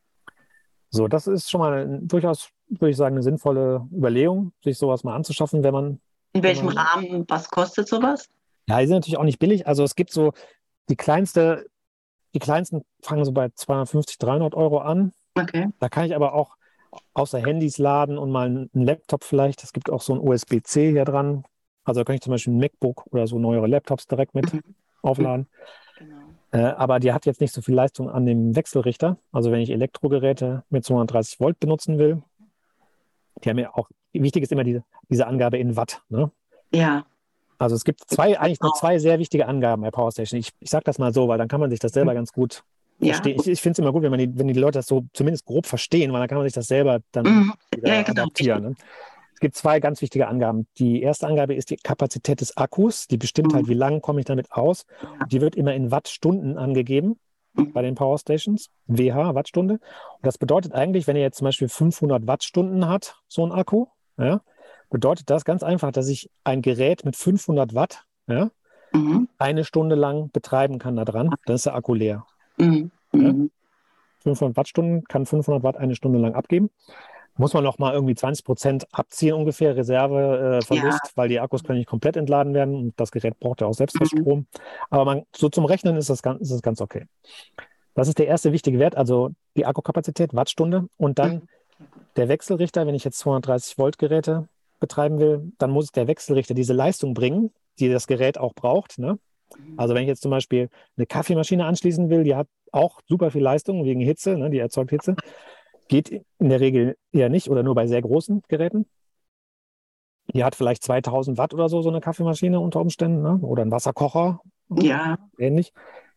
So, das ist schon mal durchaus, würde ich sagen, eine sinnvolle Überlegung, sich sowas mal anzuschaffen, In wenn welchem man, Rahmen, was kostet sowas? ja, die sind natürlich auch nicht billig. Also es gibt so die kleinste, die kleinsten fangen so bei 250, 300 Euro an. Okay. Da kann ich aber auch außer Handys laden und mal einen Laptop vielleicht. Es gibt auch so ein USB-C hier dran. Also da kann ich zum Beispiel ein MacBook oder so neuere Laptops direkt mit Mhm. Mhm. aufladen. Genau. Aber die hat jetzt nicht so viel Leistung an dem Wechselrichter. Also wenn ich Elektrogeräte mit 230 Volt benutzen will, die haben ja auch, wichtig ist immer diese Angabe in Watt. Ne? Ja. Also es gibt eigentlich nur zwei sehr wichtige Angaben bei PowerStation. Ich sage das mal so, weil dann kann man sich das selber ganz gut Ja. verstehen. Ich finde es immer gut, wenn die Leute das so zumindest grob verstehen, weil dann kann man sich das selber dann Mhm. Ja, ja, wieder genau. adaptieren. Ne? Es gibt zwei ganz wichtige Angaben. Die erste Angabe ist die Kapazität des Akkus. Die bestimmt halt, Mhm. wie lange komme ich damit aus. Ja. Die wird immer in Wattstunden angegeben bei Mhm. den Powerstations. WH, Wattstunde. Und das bedeutet eigentlich, wenn ihr jetzt zum Beispiel 500 Wattstunden hat, so ein Akku, ja, bedeutet das ganz einfach, dass ich ein Gerät mit 500 Watt, ja, Mhm. eine Stunde lang betreiben kann da dran. Dann ist der Akku leer. Mhm. Ja. Mhm. 500 Wattstunden kann 500 Watt eine Stunde lang abgeben. Muss man noch mal irgendwie 20% abziehen ungefähr, Ja. Reserveverlust, weil die Akkus können nicht komplett entladen werden und das Gerät braucht ja auch selbst was Mhm. Strom. Aber so zum Rechnen ist das ganz okay. Das ist der erste wichtige Wert, also die Akkukapazität, Wattstunde. Und dann Mhm. Ja, gut. der Wechselrichter, wenn ich jetzt 230 Volt Geräte betreiben will, dann muss der Wechselrichter diese Leistung bringen, die das Gerät auch braucht. Ne? Mhm. Also wenn ich jetzt zum Beispiel eine Kaffeemaschine anschließen will, die hat auch super viel Leistung wegen Hitze, ne? Die erzeugt Hitze. Geht in der Regel eher nicht oder nur bei sehr großen Geräten. Die hat vielleicht 2000 Watt oder so, so eine Kaffeemaschine unter Umständen, ne? Oder ein Wasserkocher, Ja. ähnlich.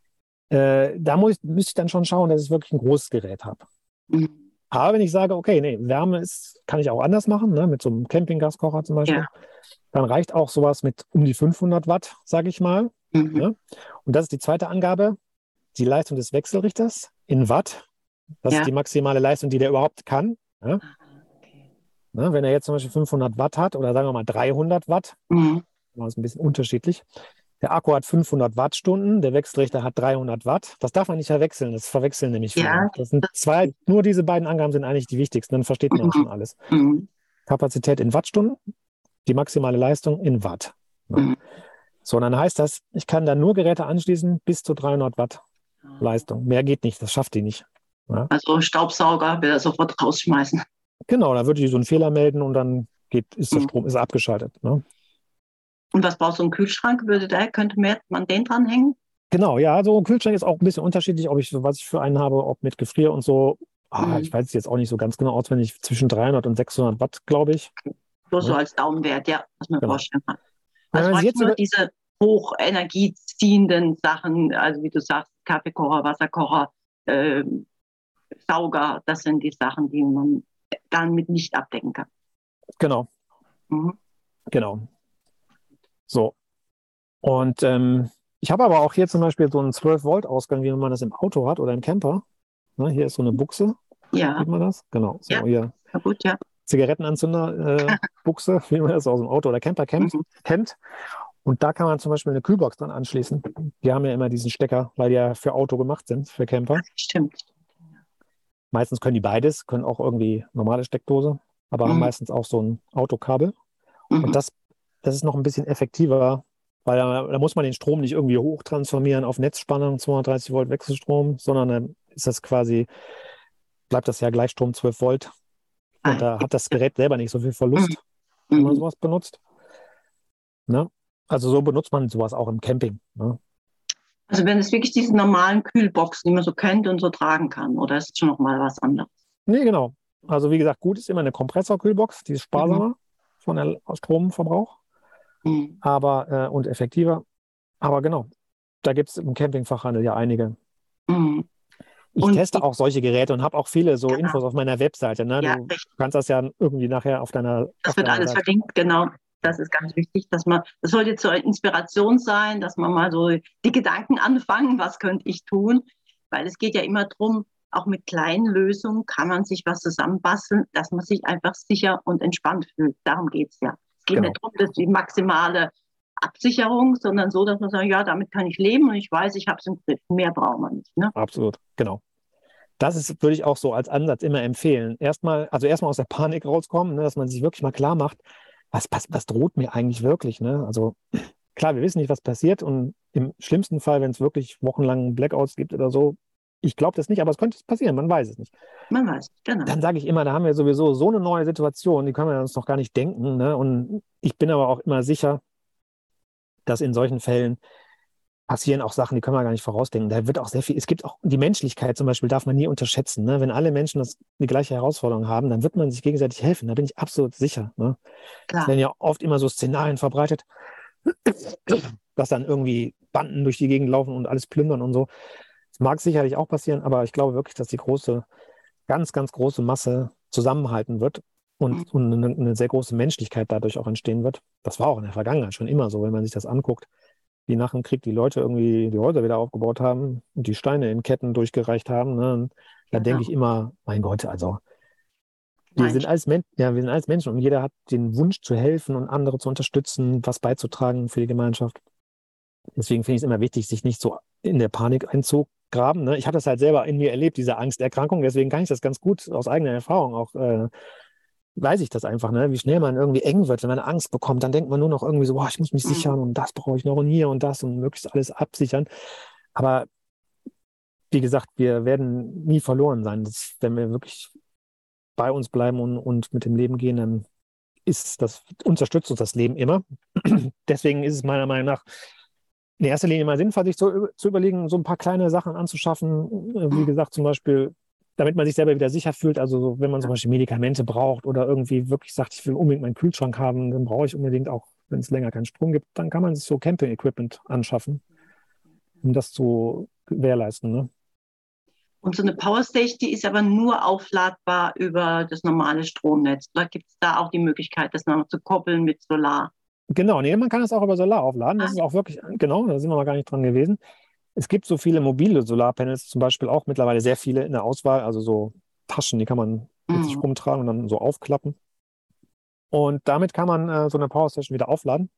Da müsste ich dann schon schauen, dass ich wirklich ein großes Gerät habe. Mhm. Aber wenn ich sage, okay, nee, kann ich auch anders machen, ne? Mit so einem Campinggaskocher zum Ja. Beispiel, dann reicht auch sowas mit um die 500 Watt, sage ich mal. Mhm. Ne? Und das ist die zweite Angabe, die Leistung des Wechselrichters in Watt. Das ist Ja. die maximale Leistung, die der überhaupt kann. Ja? Aha, okay. Ne? Wenn er jetzt zum Beispiel 500 Watt hat oder sagen wir mal 300 Watt, Mhm. das ist ein bisschen unterschiedlich. Der Akku hat 500 Wattstunden, der Wechselrichter hat 300 Watt. Das darf man nicht verwechseln, das verwechseln nämlich viele. Ja. Das sind zwei, nur diese beiden Angaben sind eigentlich die wichtigsten, dann versteht man auch Mhm. schon alles. Mhm. Kapazität in Wattstunden, die maximale Leistung in Watt. Ne? Mhm. So, und dann heißt das, ich kann da nur Geräte anschließen bis zu 300 Watt Ah. Leistung. Mehr geht nicht, das schafft die nicht. Ja? Also Staubsauger will er sofort rausschmeißen. Genau, da würde die so einen Fehler melden und dann ist der Mhm. Strom ist abgeschaltet. Ne? Und was braucht so ein Kühlschrank? Man den dranhängen? Genau, ja, so ein Kühlschrank ist auch ein bisschen unterschiedlich, was ich für einen habe, ob mit Gefrier und so. Ich Mhm. weiß es jetzt auch nicht so ganz genau auswendig, zwischen 300 und 600 Watt, glaube ich. Bloß so Ne? als Daumenwert, ja, was man Genau. vorstellen kann. Und wenn Also man sich praktisch jetzt nur diese hochenergieziehenden Sachen, also wie du sagst, Kaffeekocher, Wasserkocher, ähm, Sauger, das sind die Sachen, die man dann mit nicht abdecken kann. genau, Mhm. genau. So. Und ich habe aber auch hier zum Beispiel so einen 12-Volt-Ausgang, wie man das im Auto hat oder im Camper. Ne, hier ist so eine Buchse, Ja, sieht man das? Genau, ja, so hier ja gut, ja. Zigarettenanzünder-Buchse, wie man das aus dem Auto oder Camper Mhm. kennt. Und da kann man zum Beispiel eine Kühlbox dran anschließen. Die haben ja immer diesen Stecker, weil die ja für Auto gemacht sind, für Camper. Stimmt. Meistens können die beides, können auch irgendwie normale Steckdose, aber haben Mhm. meistens auch so ein Autokabel. Und Mhm. das ist noch ein bisschen effektiver, weil da muss man den Strom nicht irgendwie hochtransformieren auf Netzspannung, 230 Volt Wechselstrom, sondern dann ist das quasi, bleibt das ja Gleichstrom 12 Volt. Und Ah, da hat das Gerät selber nicht so viel mhm. Verlust, wenn man Mhm. sowas benutzt. Ne? Also so benutzt man sowas auch im Camping. Ne? Also wenn es wirklich diese normalen Kühlboxen, die man so kennt und so tragen kann, oder ist es schon noch mal was anderes? Nee, genau. Also wie gesagt, gut ist immer eine Kompressorkühlbox, die ist Mhm. sparsamer von der Stromverbrauch, Mhm. und effektiver. Aber genau, da gibt es im Campingfachhandel ja einige. Mhm. Ich Und teste auch solche Geräte und habe auch viele so genau, Infos auf meiner Webseite. Ne? ja, Du richtig. kannst das ja irgendwie nachher auf Das wird deiner alles Seite. verlinkt, genau. Das ist ganz wichtig, das soll jetzt so eine Inspiration sein, dass man mal so die Gedanken anfangen, was könnte ich tun? Weil es geht ja immer darum, auch mit kleinen Lösungen kann man sich was zusammenbasteln, dass man sich einfach sicher und entspannt fühlt. Darum geht es ja. Es geht Genau, nicht darum, dass die maximale Absicherung, sondern so, dass man sagt, ja, damit kann ich leben und ich weiß, ich habe es im Griff. Mehr braucht man nicht. Ne? absolut. Genau. würde ich auch so als Ansatz immer empfehlen. Erstmal aus der Panik rauskommen, ne, dass man sich wirklich mal klar macht, was droht mir eigentlich wirklich, ne? Also klar, wir wissen nicht, was passiert und im schlimmsten Fall, wenn es wirklich wochenlang Blackouts gibt oder so, ich glaube das nicht, aber es könnte passieren, man weiß es nicht. Man weiß, genau. Dann sage ich immer, da haben wir sowieso so eine neue Situation, die können wir uns noch gar nicht denken, ne? Und ich bin aber auch immer sicher, dass in solchen Fällen passieren auch Sachen, die können wir gar nicht vorausdenken. Da wird auch sehr viel, es gibt auch die Menschlichkeit zum Beispiel, darf man nie unterschätzen. Ne? Wenn alle Menschen die gleiche Herausforderung haben, dann wird man sich gegenseitig helfen. Da bin ich absolut sicher. Ne? Es Klar. werden ja oft immer so Szenarien verbreitet, dass dann irgendwie Banden durch die Gegend laufen und alles plündern und so. Das mag sicherlich auch passieren, aber ich glaube wirklich, dass die ganz, ganz große Masse zusammenhalten wird und eine sehr große Menschlichkeit dadurch auch entstehen wird. Das war auch in der Vergangenheit schon immer so, wenn man sich das anguckt, wie nach dem Krieg die Leute irgendwie die Häuser wieder aufgebaut haben und die Steine in Ketten durchgereicht haben. Ne? Und da denke ich Genau. immer, mein Gott, also wir Nein, sind alles wir sind alles Menschen und jeder hat den Wunsch zu helfen und andere zu unterstützen, was beizutragen für die Gemeinschaft. Deswegen finde ich es immer wichtig, sich nicht so in der Panik einzugraben. Ne? Ich habe das halt selber in mir erlebt, diese Angsterkrankung. Deswegen kann ich das ganz gut aus eigener Erfahrung auch, weiß ich das einfach, ne? Wie schnell man irgendwie eng wird, wenn man Angst bekommt. Dann denkt man nur noch irgendwie so, boah, ich muss mich sichern und das brauche ich noch und hier und das und möglichst alles absichern. Aber wie gesagt, wir werden nie verloren sein. Wenn wir wirklich bei uns bleiben und mit dem Leben gehen, dann unterstützt uns das Leben immer. Deswegen ist es meiner Meinung nach in erster Linie mal sinnvoll, sich zu überlegen, so ein paar kleine Sachen anzuschaffen. Wie gesagt, zum Beispiel, damit man sich selber wieder sicher fühlt. Also so, wenn man zum Beispiel Medikamente braucht oder irgendwie wirklich sagt, ich will unbedingt meinen Kühlschrank haben, dann brauche ich unbedingt auch, wenn es länger keinen Strom gibt, dann kann man sich so Camping-Equipment anschaffen, um das zu gewährleisten. Ne? und so eine Powerstation, die ist aber nur aufladbar über das normale Stromnetz. Da gibt es da auch die Möglichkeit, das noch zu koppeln mit Solar. Genau, nee, man kann das auch über Solar aufladen. Das ist auch wirklich, genau, da sind wir mal gar nicht dran gewesen. Es gibt so viele mobile Solarpanels, zum Beispiel auch mittlerweile sehr viele in der Auswahl, also so Taschen, die kann man mit sich Mhm. rumtragen und dann so aufklappen. Und damit kann man so eine Powerstation wieder aufladen.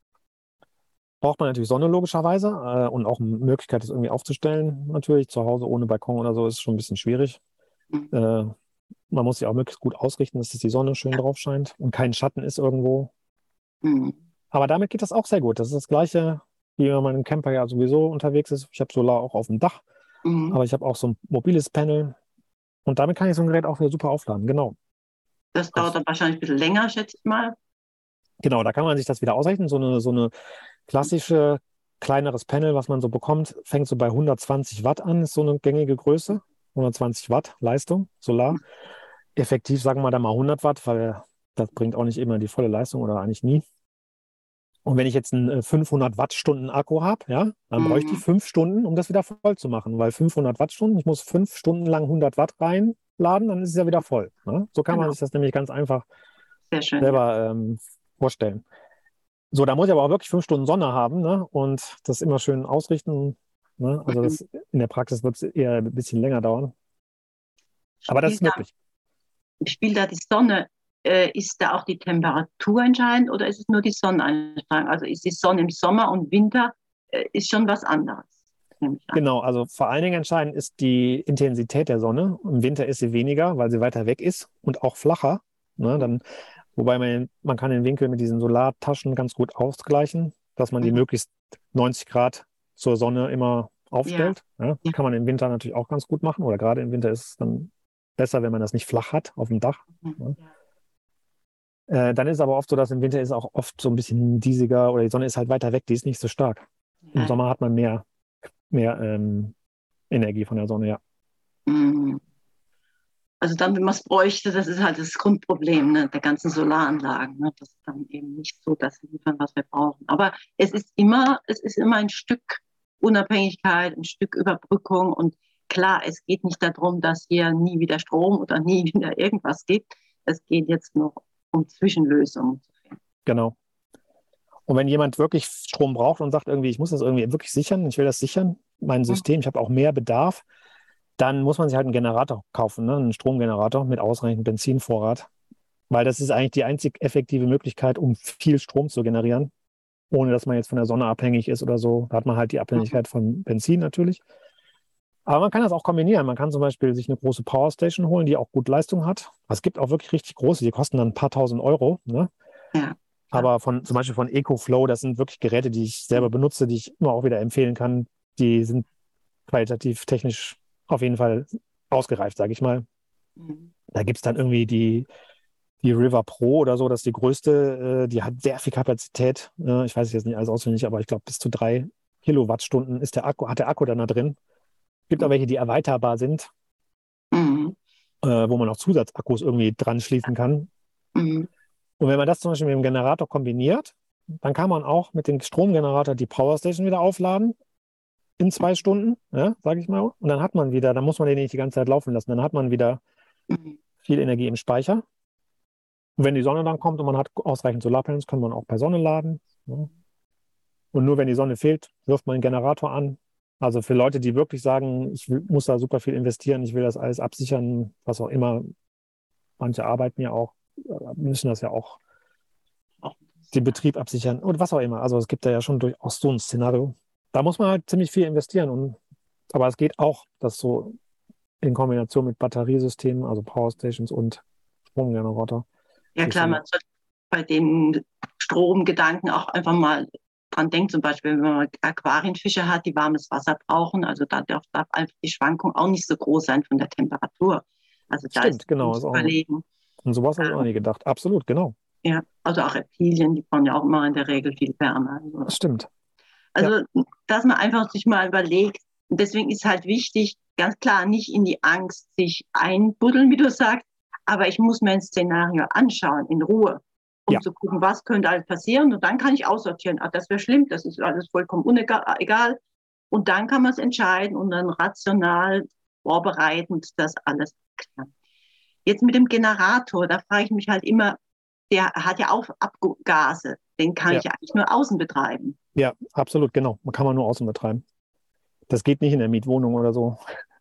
Braucht man natürlich Sonne logischerweise und auch eine Möglichkeit, das irgendwie aufzustellen. Natürlich zu Hause ohne Balkon oder so ist schon ein bisschen schwierig. Mhm. Äh, Man muss sich auch möglichst gut ausrichten, dass die Sonne schön Ja. drauf scheint und kein Schatten ist irgendwo. Mhm. Aber damit geht das auch sehr gut. Das ist das Gleiche, wie wenn man im Camper ja sowieso unterwegs ist. Ich habe Solar auch auf dem Dach, Mhm. aber ich habe auch so ein mobiles Panel und damit kann ich so ein Gerät auch wieder super aufladen. Genau. Das dauert dann wahrscheinlich ein bisschen länger, schätze ich mal. Genau, da kann man sich das wieder ausrechnen. So eine klassische kleineres Panel, was man so bekommt, fängt so bei 120 Watt an, ist so eine gängige Größe. 120 Watt Leistung, Solar. Effektiv sagen wir da mal 100 Watt, weil das bringt auch nicht immer die volle Leistung oder eigentlich nie. Und wenn ich jetzt einen 500 Wattstunden Akku habe, ja, dann bräuchte ich Mhm. 5 Stunden, um das wieder voll zu machen, weil 500 Wattstunden, ich muss 5 Stunden lang 100 Watt reinladen, dann ist es ja wieder voll. Ne? So kann man Genau, sich das nämlich ganz einfach sehr schön, ja. selber vorstellen. So, da muss ich aber auch wirklich 5 Stunden Sonne haben, ne? Und das immer schön ausrichten. Ne? Also Mhm. in der Praxis wird es eher ein bisschen länger dauern. Aber das ist Spielt da, möglich. spielt da die Sonne, ist da auch die Temperatur entscheidend oder ist es nur die Sonneneinstrahlung? Also ist die Sonne im Sommer und Winter ist schon was anderes, nehme ich an. Genau, also vor allen Dingen entscheidend ist die Intensität der Sonne. Im Winter ist sie weniger, weil sie weiter weg ist und auch flacher. Ne? Wobei man kann den Winkel mit diesen Solartaschen ganz gut ausgleichen, dass man die Mhm. möglichst 90 Grad zur Sonne immer Ja, aufstellt. Ja? ja. Kann man im Winter natürlich auch ganz gut machen. Oder gerade im Winter ist es dann besser, wenn man das nicht flach hat auf dem Dach. Mhm. Ne? Ja. Dann ist es aber oft so, dass im Winter ist auch oft so ein bisschen diesiger oder die Sonne ist halt weiter weg, die ist nicht so stark. Im Ja. Sommer hat man mehr Energie von der Sonne, ja. Mhm. Also dann, wenn man es bräuchte, das ist halt das Grundproblem, ne, der ganzen Solaranlagen. Ne? Das ist dann eben nicht so das liefern, was wir brauchen. Aber es ist immer ein Stück Unabhängigkeit, ein Stück Überbrückung. Und klar, es geht nicht darum, dass hier nie wieder Strom oder nie wieder irgendwas gibt. Es geht jetzt nur um Zwischenlösungen zu finden. Genau. Und wenn jemand wirklich Strom braucht und sagt irgendwie, ich muss das irgendwie wirklich sichern, ich will das sichern, mein Mhm. System, ich habe auch mehr Bedarf, dann muss man sich halt einen Generator kaufen, ne? Einen Stromgenerator mit ausreichend Benzinvorrat, weil das ist eigentlich die einzig effektive Möglichkeit, um viel Strom zu generieren, ohne dass man jetzt von der Sonne abhängig ist oder so. Da hat man halt die Mhm. Abhängigkeit von Benzin natürlich. Aber man kann das auch kombinieren. Man kann zum Beispiel sich eine große Powerstation holen, die auch gut Leistung hat. Es gibt auch wirklich richtig große, die kosten dann ein paar tausend Euro. Ne? Ja, klar. Aber zum Beispiel von EcoFlow, das sind wirklich Geräte, die ich selber benutze, die ich immer auch wieder empfehlen kann. Die sind qualitativ, technisch auf jeden Fall ausgereift, sage ich mal. Mhm. Da gibt es dann irgendwie die River Pro oder so, das ist die größte, die hat sehr viel Kapazität. Ich weiß es jetzt nicht alles auswendig, aber ich glaube, bis zu 3 Kilowattstunden hat der Akku dann da drin. Gibt auch welche, die erweiterbar sind, Mhm. wo man auch Zusatzakkus irgendwie dran schließen kann. Mhm. Und wenn man das zum Beispiel mit dem Generator kombiniert, dann kann man auch mit dem Stromgenerator die Powerstation wieder aufladen in 2 Stunden, ja, sage ich mal. Und dann hat man wieder, dann muss man den nicht die ganze Zeit laufen lassen, dann hat man wieder Mhm. viel Energie im Speicher. Und wenn die Sonne dann kommt und man hat ausreichend Solarpanels, kann man auch bei Sonne laden. Ja. Und nur wenn die Sonne fehlt, wirft man den Generator an. Also für Leute, die wirklich sagen, muss da super viel investieren, ich will das alles absichern, was auch immer. Manche arbeiten ja auch, müssen das ja auch Auch den Betrieb absichern und was auch immer. Also es gibt da ja schon durchaus so ein Szenario. Da muss man halt ziemlich viel investieren. Aber es geht auch, das so in Kombination mit Batteriesystemen, also Powerstations und Stromgenerator, Ja sich klar, so. man sollte bei den Stromgedanken auch einfach mal dran denken, zum Beispiel, wenn man Aquarienfische hat, die warmes Wasser brauchen, also da darf einfach die Schwankung auch nicht so groß sein von der Temperatur. Also da ist Stimmt, genau. zu überlegen. Und sowas habe ich auch nie gedacht. Absolut, genau. Ja, also auch Reptilien, die brauchen ja auch immer in der Regel viel Wärme. Das stimmt. Ja, Also, dass man einfach sich mal überlegt, und deswegen ist halt wichtig, ganz klar, nicht in die Angst sich einbuddeln, wie du sagst, aber ich muss mir ein Szenario anschauen, in Ruhe, um ja, zu gucken, was könnte alles passieren. Und dann kann ich aussortieren, ah, das wäre schlimm, das ist alles vollkommen egal. Und dann kann man es entscheiden und dann rational vorbereitend das alles erklären. Jetzt mit dem Generator, da frage ich mich halt immer, der hat ja auch Abgase, den kann ja, ich ja eigentlich nur außen betreiben. ja, absolut, genau. Man kann man nur außen betreiben. Das geht nicht in der Mietwohnung oder so.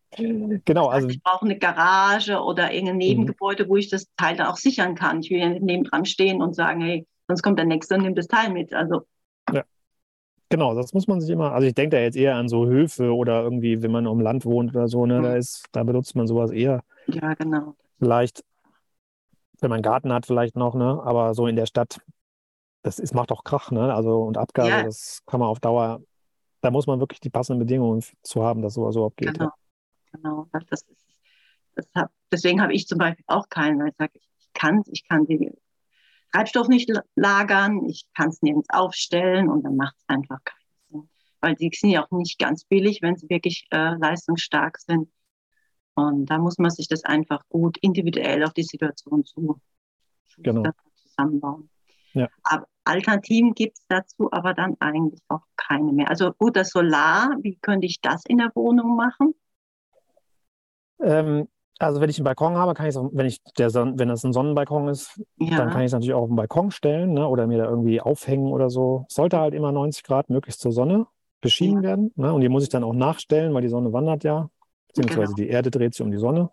Genau, Das heißt, also ich brauche eine Garage oder irgendein mhm. Nebengebäude, wo ich das Teil dann auch sichern kann. Ich will ja nicht nebendran stehen und sagen, hey, sonst kommt der Nächste und nimmt das Teil mit. Also, Ja, genau, das muss man sich immer, also ich denke da jetzt eher an so Höfe oder irgendwie, wenn man am Land wohnt oder so, ne, da benutzt man sowas eher. ja, genau. Vielleicht, wenn man einen Garten hat, vielleicht noch, ne, aber so in der Stadt, macht auch Krach, ne, also und Abgase, Ja, das kann man auf Dauer, da muss man wirklich die passenden Bedingungen zu haben, dass sowas überhaupt geht, ja. genau, genau. Deswegen habe ich zum Beispiel auch keinen, weil ich sage, ich kann den Treibstoff nicht lagern, ich kann es nirgends aufstellen und dann macht es einfach keinen Sinn. Weil die sind ja auch nicht ganz billig, wenn sie wirklich leistungsstark sind. Und da muss man sich das einfach gut individuell auf die Situation Genau. zusammenbauen. Ja. Aber Alternativen gibt es dazu aber dann eigentlich auch keine mehr. Also gut, das Solar, wie könnte ich das in der Wohnung machen? Ähm, also wenn ich einen Balkon habe, kann ich es, wenn das ein Sonnenbalkon ist, dann kann Ja, ich es natürlich auch auf den Balkon stellen, ne, oder mir da irgendwie aufhängen oder so. Es sollte halt immer 90 Grad möglichst zur Sonne beschienen ja, werden, ne, und die muss ich dann auch nachstellen, weil die Sonne wandert ja, beziehungsweise genau. die Erde dreht sich um die Sonne.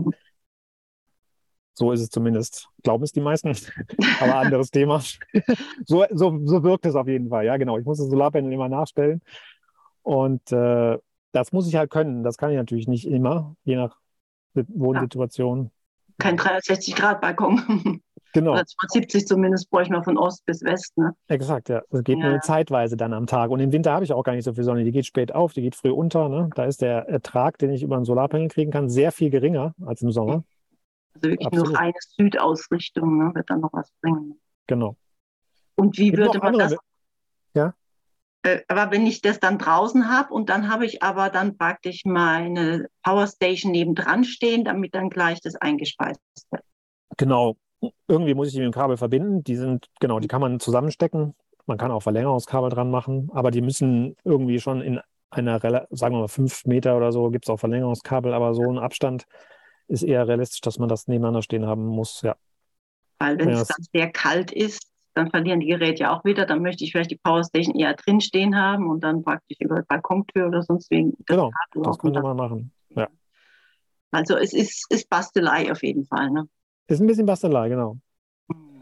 So ist es zumindest, glauben es die meisten. Aber anderes Thema. So wirkt es auf jeden Fall. Ja, genau. Ich muss das Solarpanel immer nachstellen. Und das muss ich halt können. Das kann ich natürlich nicht immer, je nach Ja, Wohnsituation. kein 360-Grad-Balkon. Genau, Oder 270 zumindest bräuchte man von Ost bis West. Ne? exakt, ja. Es geht nur Ja, zeitweise dann am Tag. Und im Winter habe ich auch gar nicht so viel Sonne. Die geht spät auf, die geht früh unter. Ne? Da ist der Ertrag, den ich über ein Solarpanel kriegen kann, sehr viel geringer als im Sommer. also wirklich nur Absolut, reine Südausrichtung, ne, wird dann noch was bringen. genau. Und wie Gibt würde noch man das, andere, ja, aber wenn ich das dann draußen habe und dann habe ich aber dann praktisch meine Powerstation nebendran stehen, damit dann gleich das eingespeist wird. genau. Irgendwie muss ich die mit dem Kabel verbinden. Genau, die kann man zusammenstecken. Man kann auch Verlängerungskabel dran machen, aber die müssen irgendwie schon in sagen wir mal 5 Meter oder so, gibt es auch Verlängerungskabel, aber so ein Abstand ist eher realistisch, dass man das nebeneinander stehen haben muss. Ja, Weil wenn wenn es das, dann sehr kalt ist, dann verlieren die Geräte ja auch wieder. Dann möchte ich vielleicht die Powerstation eher drin stehen haben und dann praktisch über die Balkontür oder sonst wegen das genau, Kabel das laufen könnte lassen. man machen. Ja, Also es ist Bastelei auf jeden Fall. Ne? ist ein bisschen Bastelei, genau.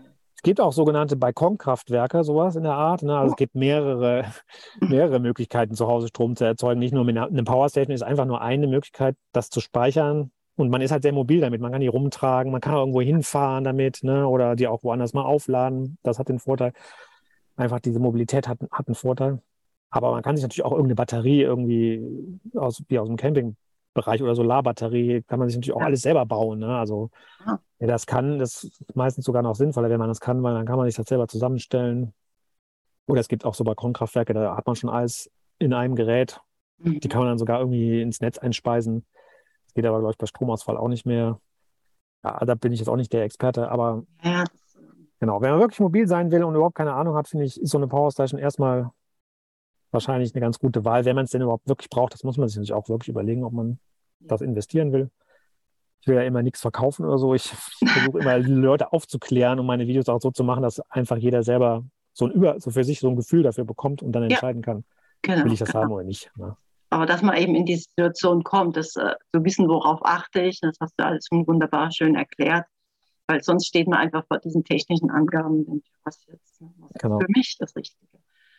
gibt auch sogenannte Balkonkraftwerke, sowas in der Art. Ne? Also es gibt mehrere Möglichkeiten, zu Hause Strom zu erzeugen. Nicht nur mit einer Powerstation ist einfach nur eine Möglichkeit, das zu speichern. Und man ist halt sehr mobil damit. Man kann die rumtragen, man kann auch irgendwo hinfahren damit, ne? Oder die auch woanders mal aufladen. Das hat den Vorteil. Einfach diese Mobilität hat einen Vorteil. Aber man kann sich natürlich auch irgendeine Batterie irgendwie wie aus dem Campingbereich oder Solarbatterie, kann man sich natürlich auch Ja. alles selber bauen. Ne? Also Ah, wer das kann, das ist meistens sogar noch sinnvoller, wenn man das kann, weil dann kann man sich das selber zusammenstellen. Oder es gibt auch so Balkonkraftwerke, da hat man schon alles in einem Gerät. Die mhm. kann man dann sogar irgendwie ins Netz einspeisen. Das geht aber, glaube ich, bei Stromausfall auch nicht mehr. Ja, da bin ich jetzt auch nicht der Experte, aber Ja, genau, wenn man wirklich mobil sein will und überhaupt keine Ahnung hat, finde ich, ist so eine Powerstation erstmal wahrscheinlich eine ganz gute Wahl, wenn man es denn überhaupt wirklich braucht. Das muss man sich natürlich auch wirklich überlegen, ob man das investieren will. Ich will ja immer nichts verkaufen oder so. Ich versuche immer, die Leute aufzuklären, um meine Videos auch so zu machen, dass einfach jeder selber so für sich so ein Gefühl dafür bekommt und dann ja, entscheiden kann, will genau, ich das genau. haben oder nicht. Ne? Aber dass man eben in die Situation kommt, das zu wissen, worauf achte ich, das hast du alles schon wunderbar schön erklärt, weil sonst steht man einfach vor diesen technischen Angaben und denkt, was jetzt, was ist Genau. für mich das Richtige?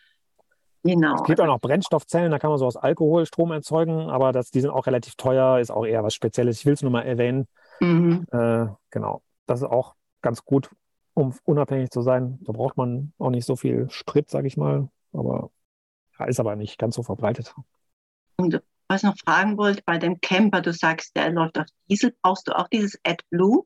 Es Genau, gibt auch also noch Brennstoffzellen, da kann man so aus Alkohol Strom erzeugen, aber die sind auch relativ teuer, ist auch eher was Spezielles. Ich will es nur mal erwähnen. mhm. Genau. Das ist auch ganz gut, um unabhängig zu sein. Da braucht man auch nicht so viel Sprit, sage ich mal. Aber ja, ist aber nicht ganz so verbreitet. Und was ich noch fragen wollte, bei dem Camper, du sagst, der läuft auf Diesel, brauchst du auch dieses AdBlue?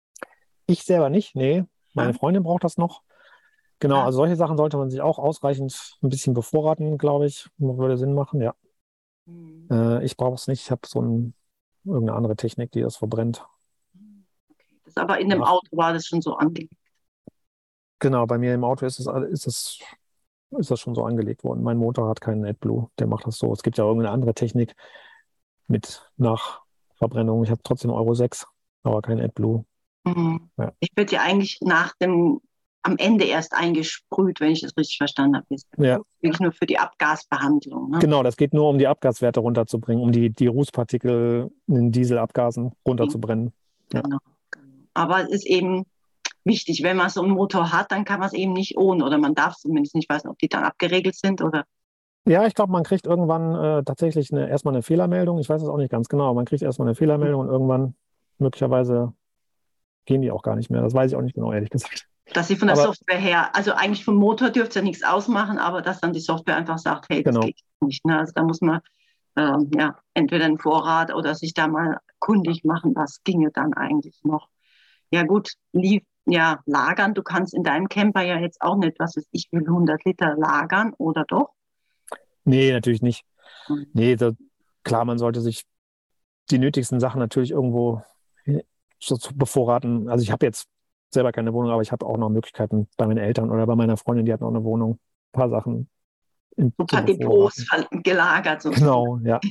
Ich selber nicht, nee. Ja, Meine Freundin braucht das noch. Genau, ja. also solche Sachen sollte man sich auch ausreichend ein bisschen bevorraten, glaube ich. Würde Sinn machen, ja. Mhm. Ich brauche es nicht. Ich habe irgendeine andere Technik, die das verbrennt. Okay. Das aber in dem Nach. Auto war das schon so angelegt. Genau, bei mir im Auto ist das schon so angelegt worden. Mein Motor hat keinen AdBlue, der macht das so. Es gibt ja irgendeine andere Technik mit Nachverbrennung. Ich habe trotzdem Euro 6, aber kein AdBlue. Mhm. Ja. Ich würde ja eigentlich am Ende erst eingesprüht, wenn ich es richtig verstanden habe. Jetzt Ja, wirklich nur für die Abgasbehandlung. Ne? genau, das geht nur um die Abgaswerte runterzubringen, um die Rußpartikel in den Dieselabgasen runterzubrennen. Ja, Genau, genau. Aber es ist eben wichtig, wenn man so einen Motor hat, dann kann man es eben nicht ohne oder man darf zumindest nicht, ich weiß nicht, ob die dann abgeregelt sind oder. ja, ich glaube, man kriegt irgendwann tatsächlich erstmal eine Fehlermeldung. Ich weiß es auch nicht ganz genau. Man kriegt erstmal eine Fehlermeldung und irgendwann möglicherweise gehen die auch gar nicht mehr. Das weiß ich auch nicht genau, ehrlich gesagt. Dass sie von der Aber Software her, also eigentlich vom Motor dürfte es ja nichts ausmachen, aber dass dann die Software einfach sagt, hey, das genau. geht nicht. Ne? Also da muss man ja entweder einen Vorrat oder sich da mal kundig machen, was ginge dann eigentlich noch. Ja gut, ja, lagern, du kannst in deinem Camper ja jetzt auch nicht, was weiß ich, wie 100 Liter lagern, oder doch? Nee, natürlich nicht. Mhm. Nee, klar, man sollte sich die nötigsten Sachen natürlich irgendwo so zu bevorraten. Also ich habe jetzt selber keine Wohnung, aber ich habe auch noch Möglichkeiten bei meinen Eltern oder bei meiner Freundin, die hat noch eine Wohnung, ein paar Sachen So ein zu paar Depots bevorraten. gelagert sozusagen. Genau, ja.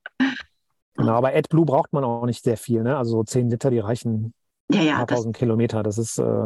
Genau, aber AdBlue braucht man auch nicht sehr viel, ne? Also so 10 Liter, die reichen Ja, ein ja, paar tausend Kilometer. Das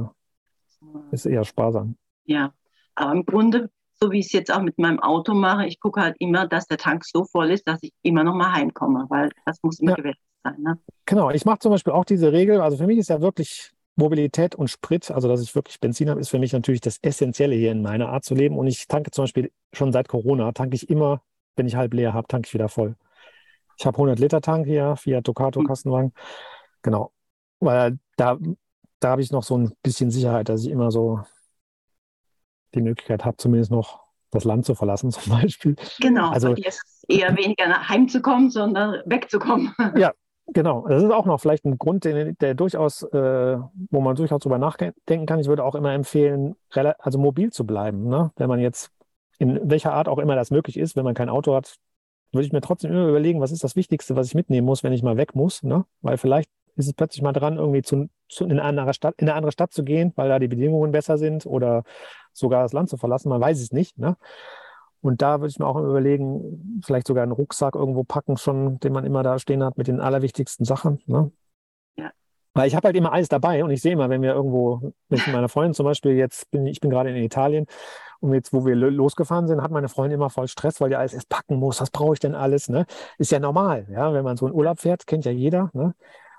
ist eher sparsam. ja. Aber im Grunde, so wie ich es jetzt auch mit meinem Auto mache, ich gucke halt immer, dass der Tank so voll ist, dass ich immer noch mal heimkomme, weil das muss immer Ja, gewährleistet sein. Ne? genau. Ich mache zum Beispiel auch diese Regel. Also für mich ist ja wirklich Mobilität und Sprit, also dass ich wirklich Benzin habe, ist für mich natürlich das Essentielle hier in meiner Art zu leben. Und ich tanke zum Beispiel schon seit Corona, tanke ich immer, wenn ich halb leer habe, tanke ich wieder voll. Ich habe 100 Liter Tank hier, Fiat Ducato Hm. Kastenwagen. Genau. Weil da habe ich noch so ein bisschen Sicherheit, dass ich immer so die Möglichkeit habe, zumindest noch das Land zu verlassen, zum Beispiel. Genau, bei Also dir ist es eher weniger heimzukommen, sondern wegzukommen. ja, genau. Das ist auch noch vielleicht ein Grund, der durchaus, wo man durchaus drüber nachdenken kann. Ich würde auch immer empfehlen, also mobil zu bleiben. Ne? Wenn man jetzt in welcher Art auch immer das möglich ist, wenn man kein Auto hat, würde ich mir trotzdem immer überlegen, was ist das Wichtigste, was ich mitnehmen muss, wenn ich mal weg muss. Ne? Weil vielleicht ist es plötzlich mal dran, irgendwie in eine andere Stadt zu gehen, weil da die Bedingungen besser sind oder sogar das Land zu verlassen. Man weiß es nicht. Ne? Und da würde ich mir auch überlegen, vielleicht sogar einen Rucksack irgendwo packen schon, den man immer da stehen hat mit den allerwichtigsten Sachen. Ne? Ja. Weil ich habe halt immer alles dabei und ich sehe immer, wenn ich mit meiner Freundin zum Beispiel ich bin gerade in Italien und jetzt, wo wir losgefahren sind, hat meine Freundin immer voll Stress, weil die alles erst packen muss. Was brauche ich denn alles? Ne? Ist ja normal, ja, wenn man so in Urlaub fährt, kennt ja jeder. Ne?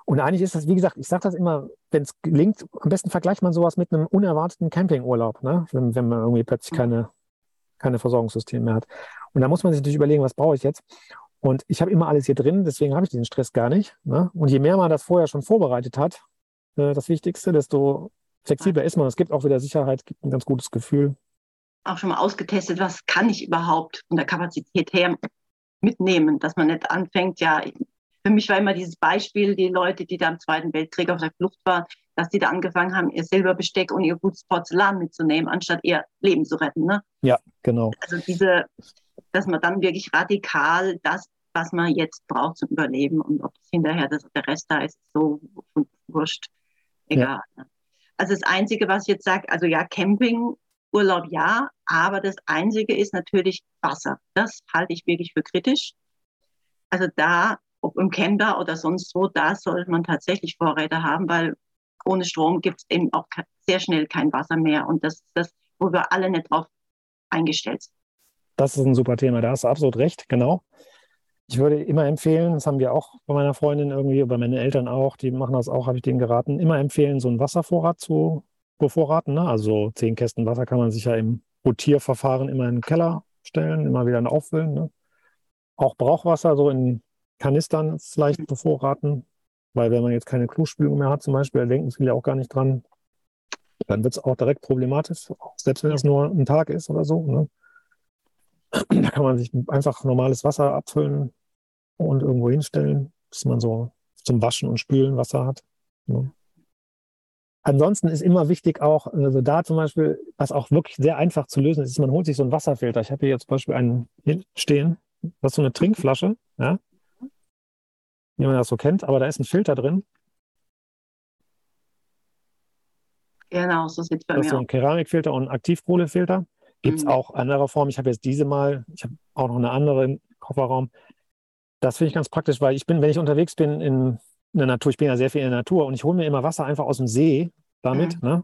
Und eigentlich ist das, wie gesagt, ich sage das immer, wenn es gelingt, am besten vergleicht man sowas mit einem unerwarteten Campingurlaub, ne? Wenn man irgendwie plötzlich keine Versorgungssysteme mehr hat. Und da muss man sich natürlich überlegen, was brauche ich jetzt? Und ich habe immer alles hier drin, deswegen habe ich diesen Stress gar nicht. Ne? Und je mehr man das vorher schon vorbereitet hat, das Wichtigste, desto flexibler ist man. Es gibt auch wieder Sicherheit, gibt ein ganz gutes Gefühl. Auch schon mal ausgetestet, was kann ich überhaupt von der Kapazität her mitnehmen, dass man nicht anfängt, ja, für mich war immer dieses Beispiel, die Leute, die da im Zweiten Weltkrieg auf der Flucht waren, dass die da angefangen haben, ihr Silberbesteck und ihr gutes Porzellan mitzunehmen, anstatt ihr Leben zu retten. Ne? Ja, genau. Also dass man dann wirklich radikal das, was man jetzt braucht zum Überleben und ob es hinterher der Rest da ist, so wurscht, egal. Ja. Ne? Also das Einzige, was ich jetzt sage, also ja, Campingurlaub ja, aber das Einzige ist natürlich Wasser. Das halte ich wirklich für kritisch. Also da, ob im Camper oder sonst wo, da sollte man tatsächlich Vorräte haben, weil ohne Strom gibt es eben auch sehr schnell kein Wasser mehr. Und das ist das, wo wir alle nicht drauf eingestellt sind. Das ist ein super Thema, da hast du absolut recht, genau. Ich würde immer empfehlen, das haben wir auch bei meiner Freundin irgendwie, bei meinen Eltern auch, die machen das auch, habe ich denen geraten, immer empfehlen, so einen Wasservorrat zu bevorraten. Ne? Also 10 Kästen Wasser kann man sich ja im Rotierverfahren immer in den Keller stellen, immer wieder auffüllen. Ne? Auch Brauchwasser so in Kanistern vielleicht bevorraten, weil wenn man jetzt keine Klospülung mehr hat zum Beispiel, da denken viele auch gar nicht dran, dann wird es auch direkt problematisch, selbst wenn das nur ein Tag ist oder so. Ne? Da kann man sich einfach normales Wasser abfüllen und irgendwo hinstellen, bis man so zum Waschen und Spülen Wasser hat. Ne? Ansonsten ist immer wichtig auch, also da zum Beispiel, was auch wirklich sehr einfach zu lösen ist, man holt sich so einen Wasserfilter. Ich habe hier jetzt zum Beispiel einen hier stehen, das ist so eine Trinkflasche, ja, wie man das so kennt, aber da ist ein Filter drin. Genau, so sieht es bei Das ist mir so aus. ein Keramikfilter und ein Aktivkohlefilter. Gibt es Mhm. auch anderer Form. Ich habe jetzt diese mal, ich habe auch noch eine andere im Kofferraum. Das finde ich ganz praktisch, weil ich bin, wenn ich unterwegs bin in der Natur, ich bin ja sehr viel in der Natur und ich hole mir immer Wasser einfach aus dem See damit. Mhm. Ne?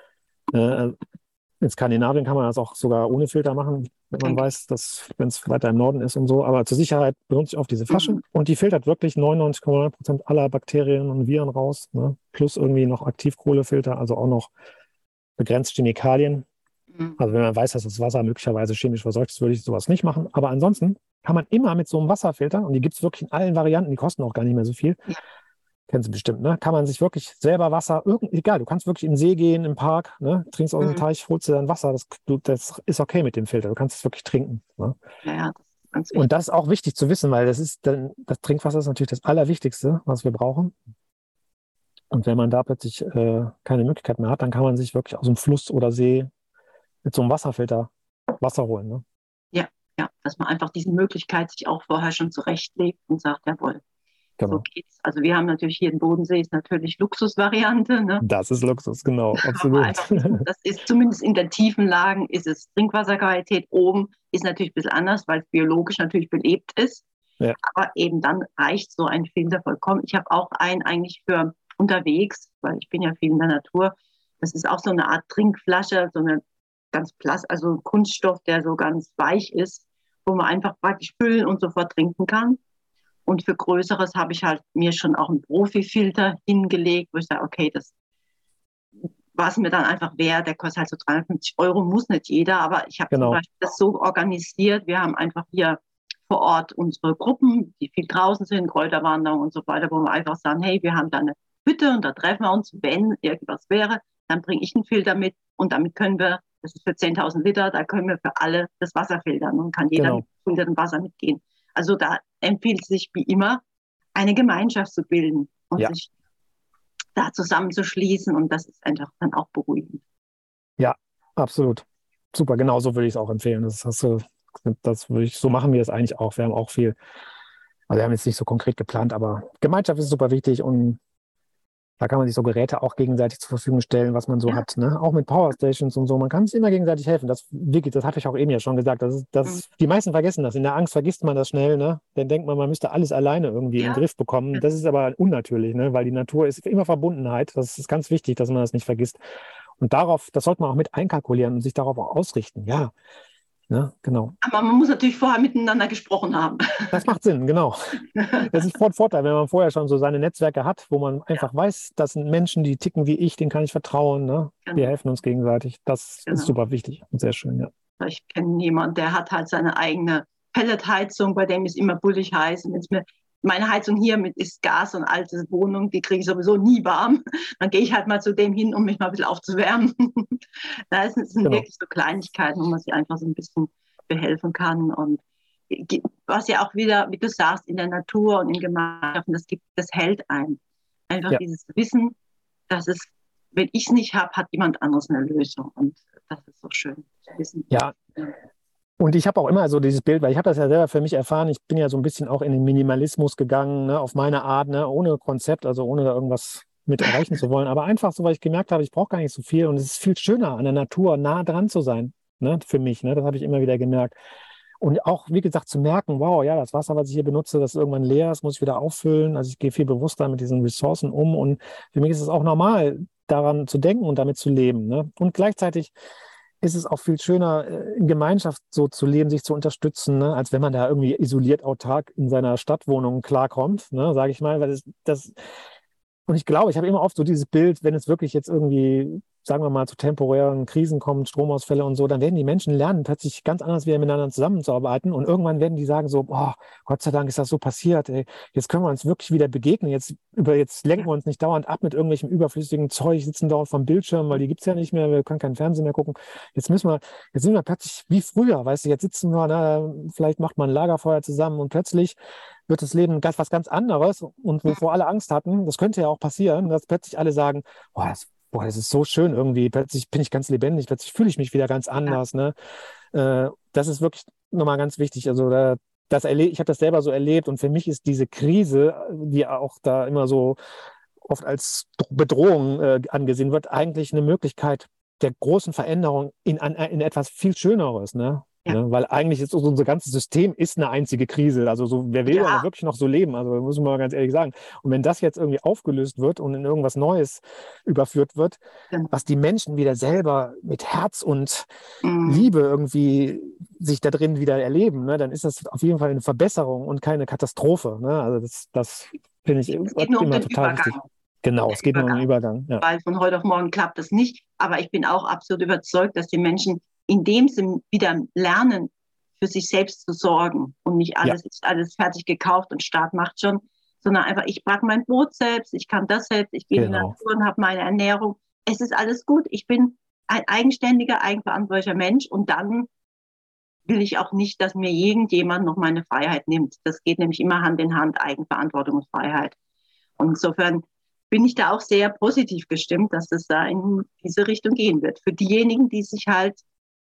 Äh, in Skandinavien kann man das auch sogar ohne Filter machen, wenn man Denke ich. weiß, dass, wenn es weiter im Norden ist und so. Aber zur Sicherheit benutze ich oft diese Flasche Mhm. und die filtert wirklich 99,9% aller Bakterien und Viren raus. Ne? Plus irgendwie noch Aktivkohlefilter, also auch noch begrenzt Chemikalien. Mhm. Also wenn man weiß, dass das Wasser möglicherweise chemisch verseucht ist, würde ich sowas nicht machen. Aber ansonsten kann man immer mit so einem Wasserfilter, und die gibt es wirklich in allen Varianten, die kosten auch gar nicht mehr so viel, Ja. kennen Sie bestimmt, ne? Kann man sich wirklich selber Wasser, egal, du kannst wirklich in den See gehen, im Park, ne? Trinkst aus dem Mhm. Teich, holst dir dann Wasser, das ist okay mit dem Filter, du kannst es wirklich trinken. Ne? Ja, ja, das ist ganz Und wichtig. das ist auch wichtig zu wissen, weil das Trinkwasser ist natürlich das Allerwichtigste, was wir brauchen. Und wenn man da plötzlich keine Möglichkeit mehr hat, dann kann man sich wirklich aus dem Fluss oder See mit so einem Wasserfilter Wasser holen. Ne? Ja, ja, dass man einfach diese Möglichkeit sich auch vorher schon zurechtlegt und sagt, jawohl, so Genau. geht's. Also wir haben natürlich hier in Bodensee ist natürlich Luxusvariante, ne? Das ist Luxus, genau, Weil wir absolut. einfach wissen, das ist zumindest in den tiefen Lagen ist es Trinkwasserqualität. Oben ist natürlich ein bisschen anders, weil es biologisch natürlich belebt ist. Ja, Aber eben dann reicht so ein Filter vollkommen. Ich habe auch einen eigentlich für unterwegs, weil ich bin ja viel in der Natur. Das ist auch so eine Art Trinkflasche, so eine ganz also ein Kunststoff, der so ganz weich ist, wo man einfach praktisch füllen und sofort trinken kann. Und für Größeres habe ich halt mir schon auch einen Profi-Filter hingelegt, wo ich sage, okay, das war es mir dann einfach wert. Der kostet halt so 350 €, muss nicht jeder, aber ich habe zum genau. Beispiel das so organisiert. Wir haben einfach hier vor Ort unsere Gruppen, die viel draußen sind, Kräuterwanderung und so weiter, wo wir einfach sagen, hey, wir haben da eine Hütte und da treffen wir uns, wenn irgendwas wäre, dann bringe ich einen Filter mit und damit können wir, das ist für 10.000 Liter, da können wir für alle das Wasser filtern und kann jeder mit Genau. gefiltertem Wasser mitgehen. Also da empfiehlt sich wie immer, eine Gemeinschaft zu bilden und Ja, sich da zusammenzuschließen und das ist einfach dann auch beruhigend. ja, absolut. Super, genau so würde ich es auch empfehlen. So machen wir es eigentlich auch. Wir haben auch viel, also wir haben jetzt nicht so konkret geplant, aber Gemeinschaft ist super wichtig und da kann man sich so Geräte auch gegenseitig zur Verfügung stellen, was man so Ja. hat, ne? Auch mit Powerstations und so. Man kann sich immer gegenseitig helfen. Das wirklich, das hatte ich auch eben ja schon gesagt. Mhm. Die meisten vergessen das. In der Angst vergisst man das schnell, ne? Dann denkt man müsste alles alleine irgendwie in den Ja, Griff bekommen. Das ist aber unnatürlich, ne? Weil die Natur ist immer Verbundenheit. Das ist ganz wichtig, dass man das nicht vergisst. Und das sollte man auch mit einkalkulieren und sich darauf auch ausrichten. Ja, Ne? Genau. Aber man muss natürlich vorher miteinander gesprochen haben. Das macht Sinn, genau. Das ist ein Vorteil, wenn man vorher schon so seine Netzwerke hat, wo man Ja, einfach weiß, das sind Menschen, die ticken wie ich, denen kann ich vertrauen. Ne? Wir genau, helfen uns gegenseitig. Das ist genau. super wichtig und sehr schön, ja. Ich kenne jemanden, der hat halt seine eigene Pelletheizung, bei dem ist immer bullig heiß. Und meine Heizung hier mit ist Gas und alte Wohnung, die kriege ich sowieso nie warm. Dann gehe ich halt mal zu dem hin, um mich mal ein bisschen aufzuwärmen. Das sind Genau. wirklich so Kleinigkeiten, wo man sich einfach so ein bisschen behelfen kann. Und was ja auch wieder, wie du sagst, in der Natur und in Gemeinschaften, das hält ein. Einfach Ja. dieses Wissen, dass es, wenn ich es nicht habe, hat jemand anderes eine Lösung. Und das ist so schön zu wissen. Ja, und ich habe auch immer so dieses Bild, weil ich habe das ja selber für mich erfahren, ich bin ja so ein bisschen auch in den Minimalismus gegangen, ne, auf meine Art, ne, ohne Konzept, also ohne da irgendwas mit erreichen zu wollen, aber einfach so, weil ich gemerkt habe, ich brauche gar nicht so viel und es ist viel schöner, an der Natur nah dran zu sein, ne, für mich, ne, das habe ich immer wieder gemerkt. Und auch, wie gesagt, zu merken, wow, ja, das Wasser, was ich hier benutze, das ist irgendwann leer, das muss ich wieder auffüllen. Also ich gehe viel bewusster mit diesen Ressourcen um und für mich ist es auch normal, daran zu denken und damit zu leben, ne? Und gleichzeitig ist es auch viel schöner, in Gemeinschaft so zu leben, sich zu unterstützen, ne? Als wenn man da irgendwie isoliert autark in seiner Stadtwohnung klarkommt, ne? Sage ich mal, weil und ich glaube, ich habe immer oft so dieses Bild, wenn es wirklich jetzt irgendwie, sagen wir mal, zu temporären Krisen kommt, Stromausfälle und so, dann werden die Menschen lernen, plötzlich ganz anders wieder miteinander zusammenzuarbeiten. Und irgendwann werden die sagen so, boah, Gott sei Dank ist das so passiert. Ey. Jetzt können wir uns wirklich wieder begegnen. Jetzt lenken wir uns nicht dauernd ab mit irgendwelchem überflüssigen Zeug, sitzen dauernd vom Bildschirm, weil die gibt es ja nicht mehr, wir können keinen Fernsehen mehr gucken. Jetzt sind wir plötzlich wie früher, weißt du, jetzt sitzen wir, na, vielleicht macht man ein Lagerfeuer zusammen und plötzlich wird das Leben was ganz anderes und wovor alle Angst hatten, das könnte ja auch passieren, dass plötzlich alle sagen, boah, das ist so schön irgendwie, plötzlich bin ich ganz lebendig, plötzlich fühle ich mich wieder ganz Ja, anders. Ne? Das ist wirklich nochmal ganz wichtig. Also ich habe das selber so erlebt und für mich ist diese Krise, die auch da immer so oft als Bedrohung angesehen wird, eigentlich eine Möglichkeit der großen Veränderung in etwas viel Schöneres. Ne? ja, Ne? Weil eigentlich ist unser ganzes System ist eine einzige Krise. Also so, wer will denn ja, wirklich noch so leben? Also muss man mal ganz ehrlich sagen. Und wenn das jetzt irgendwie aufgelöst wird und in irgendwas Neues überführt wird, genau. was die Menschen wieder selber mit Herz und Mm. Liebe irgendwie sich da drin wieder erleben, ne, dann ist das auf jeden Fall eine Verbesserung und keine Katastrophe. Ne? Also das finde ich Es geht nur um immer den total wichtig. Übergang. Genau, Der es geht nur um den Übergang. Übergang. Ja, Weil von heute auf morgen klappt das nicht. Aber ich bin auch absolut überzeugt, dass die Menschen, indem sie wieder lernen, für sich selbst zu sorgen und nicht ja, alles fertig gekauft und Staat macht schon, sondern einfach, ich backe mein Brot selbst, ich kann das selbst, ich gehe in die genau. Natur und habe meine Ernährung. Es ist alles gut. Ich bin ein eigenständiger, eigenverantwortlicher Mensch und dann will ich auch nicht, dass mir irgendjemand noch meine Freiheit nimmt. Das geht nämlich immer Hand in Hand, Eigenverantwortung und Freiheit. Und insofern bin ich da auch sehr positiv gestimmt, dass es da in diese Richtung gehen wird. Für diejenigen, die sich halt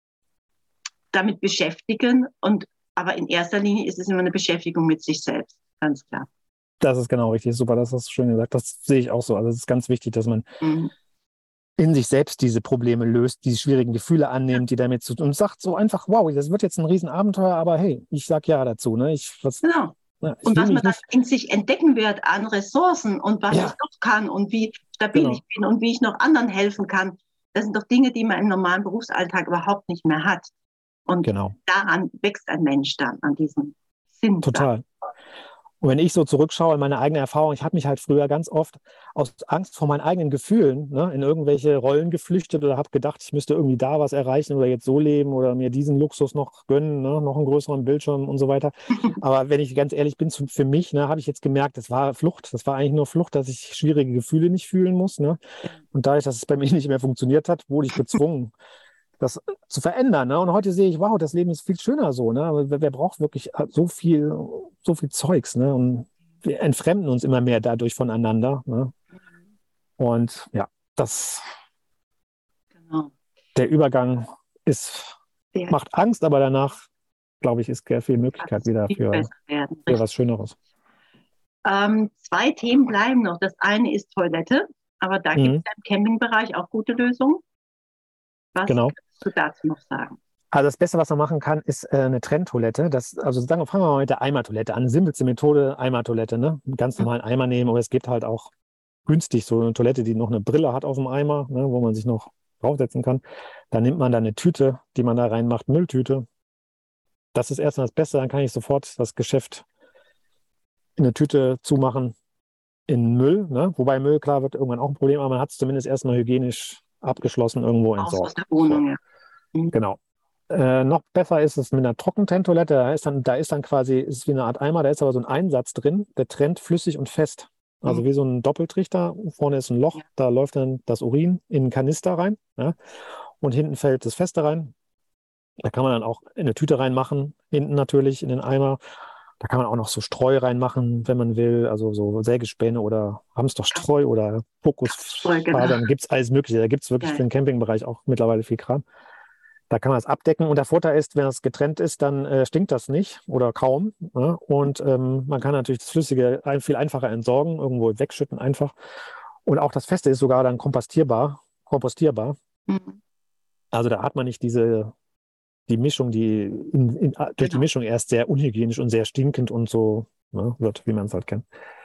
damit beschäftigen aber in erster Linie ist es immer eine Beschäftigung mit sich selbst, ganz klar. Das ist genau richtig. Super, das hast du schön gesagt. Das sehe ich auch so. Also es ist ganz wichtig, dass man Mhm. in sich selbst diese Probleme löst, die schwierigen Gefühle annimmt, die damit zu tun und sagt so einfach, wow, das wird jetzt ein Riesenabenteuer, aber hey, ich sag ja dazu. Ne? Genau. Ich Und will was mich man dann nicht. in sich entdecken wird an Ressourcen und was ich Ja, noch kann und wie stabil ich genau, bin und wie ich noch anderen helfen kann, das sind doch Dinge, die man im normalen Berufsalltag überhaupt nicht mehr hat. Und genau. daran wächst ein Mensch dann, an diesem Sinn. Total. Und wenn ich so zurückschaue in meine eigene Erfahrung, ich habe mich halt früher ganz oft aus Angst vor meinen eigenen Gefühlen, ne, in irgendwelche Rollen geflüchtet oder habe gedacht, ich müsste irgendwie da was erreichen oder jetzt so leben oder mir diesen Luxus noch gönnen, ne, noch einen größeren Bildschirm und so weiter. Aber wenn ich ganz ehrlich bin, für mich, ne, habe ich jetzt gemerkt, das war Flucht. Das war eigentlich nur Flucht, dass ich schwierige Gefühle nicht fühlen muss. Ne? Und dadurch, dass es bei mir nicht mehr funktioniert hat, wurde ich gezwungen, das zu verändern. Ne? Und heute sehe ich, wow, das Leben ist viel schöner so. Ne? Aber wer braucht wirklich so viel Zeugs? Ne? Und wir entfremden uns immer mehr dadurch voneinander. Ne? Und ja, Genau. der Übergang ist, Der macht Angst, aber danach, glaube ich, ist sehr viel kann Möglichkeit es wieder viel besser werden. für Richtig. was Schöneres. Zwei Themen bleiben noch. Das eine ist Toilette, aber da gibt Mhm, es im Campingbereich auch gute Lösungen. Was genau. kannst du dazu noch sagen? Also das Beste, was man machen kann, ist eine Trenntoilette. Also fangen wir mal mit der Eimertoilette an. Simpelste Methode, Eimertoilette, ne? Einen ganz normalen Eimer nehmen, aber es gibt halt auch günstig so eine Toilette, die noch eine Brille hat auf dem Eimer, ne, wo man sich noch draufsetzen kann. Dann nimmt man da eine Tüte, die man da reinmacht, Mülltüte. Das ist erstmal das Beste, dann kann ich sofort das Geschäft in eine Tüte zumachen, in Müll, ne? Wobei Müll, klar, wird irgendwann auch ein Problem, aber man hat es zumindest erstmal hygienisch abgeschlossen, irgendwo Raus aus entsorgt. der So, Wohnung, ja. Mhm. genau. Noch besser ist es mit einer Trockentrenntoilette. Da ist dann quasi, ist wie eine Art Eimer, da ist aber so ein Einsatz drin, der trennt flüssig und fest. Also wie Mhm. so ein Doppeltrichter. Vorne ist ein Loch, Ja. da läuft dann das Urin in einen Kanister rein. Ja? Und hinten fällt das Feste rein. Da kann man dann auch in eine Tüte reinmachen, hinten natürlich in den Eimer. Da kann man auch noch so Streu reinmachen, wenn man will. Also so Sägespäne oder Hamsterstreu oder Streu, genau. Kokosfasern. Gibt es alles Mögliche. Da gibt es wirklich Ja, für den Campingbereich auch mittlerweile viel Kram. Da kann man es abdecken. Und der Vorteil ist, wenn es getrennt ist, dann stinkt das nicht oder kaum. Ja? Und man kann natürlich das Flüssige viel einfacher entsorgen, irgendwo wegschütten einfach. Und auch das Feste ist sogar dann kompostierbar. mhm. Also da hat man nicht die Mischung, die durch die Genau. Mischung erst sehr unhygienisch und sehr stinkend und so, ne, wird, wie man es halt kennt.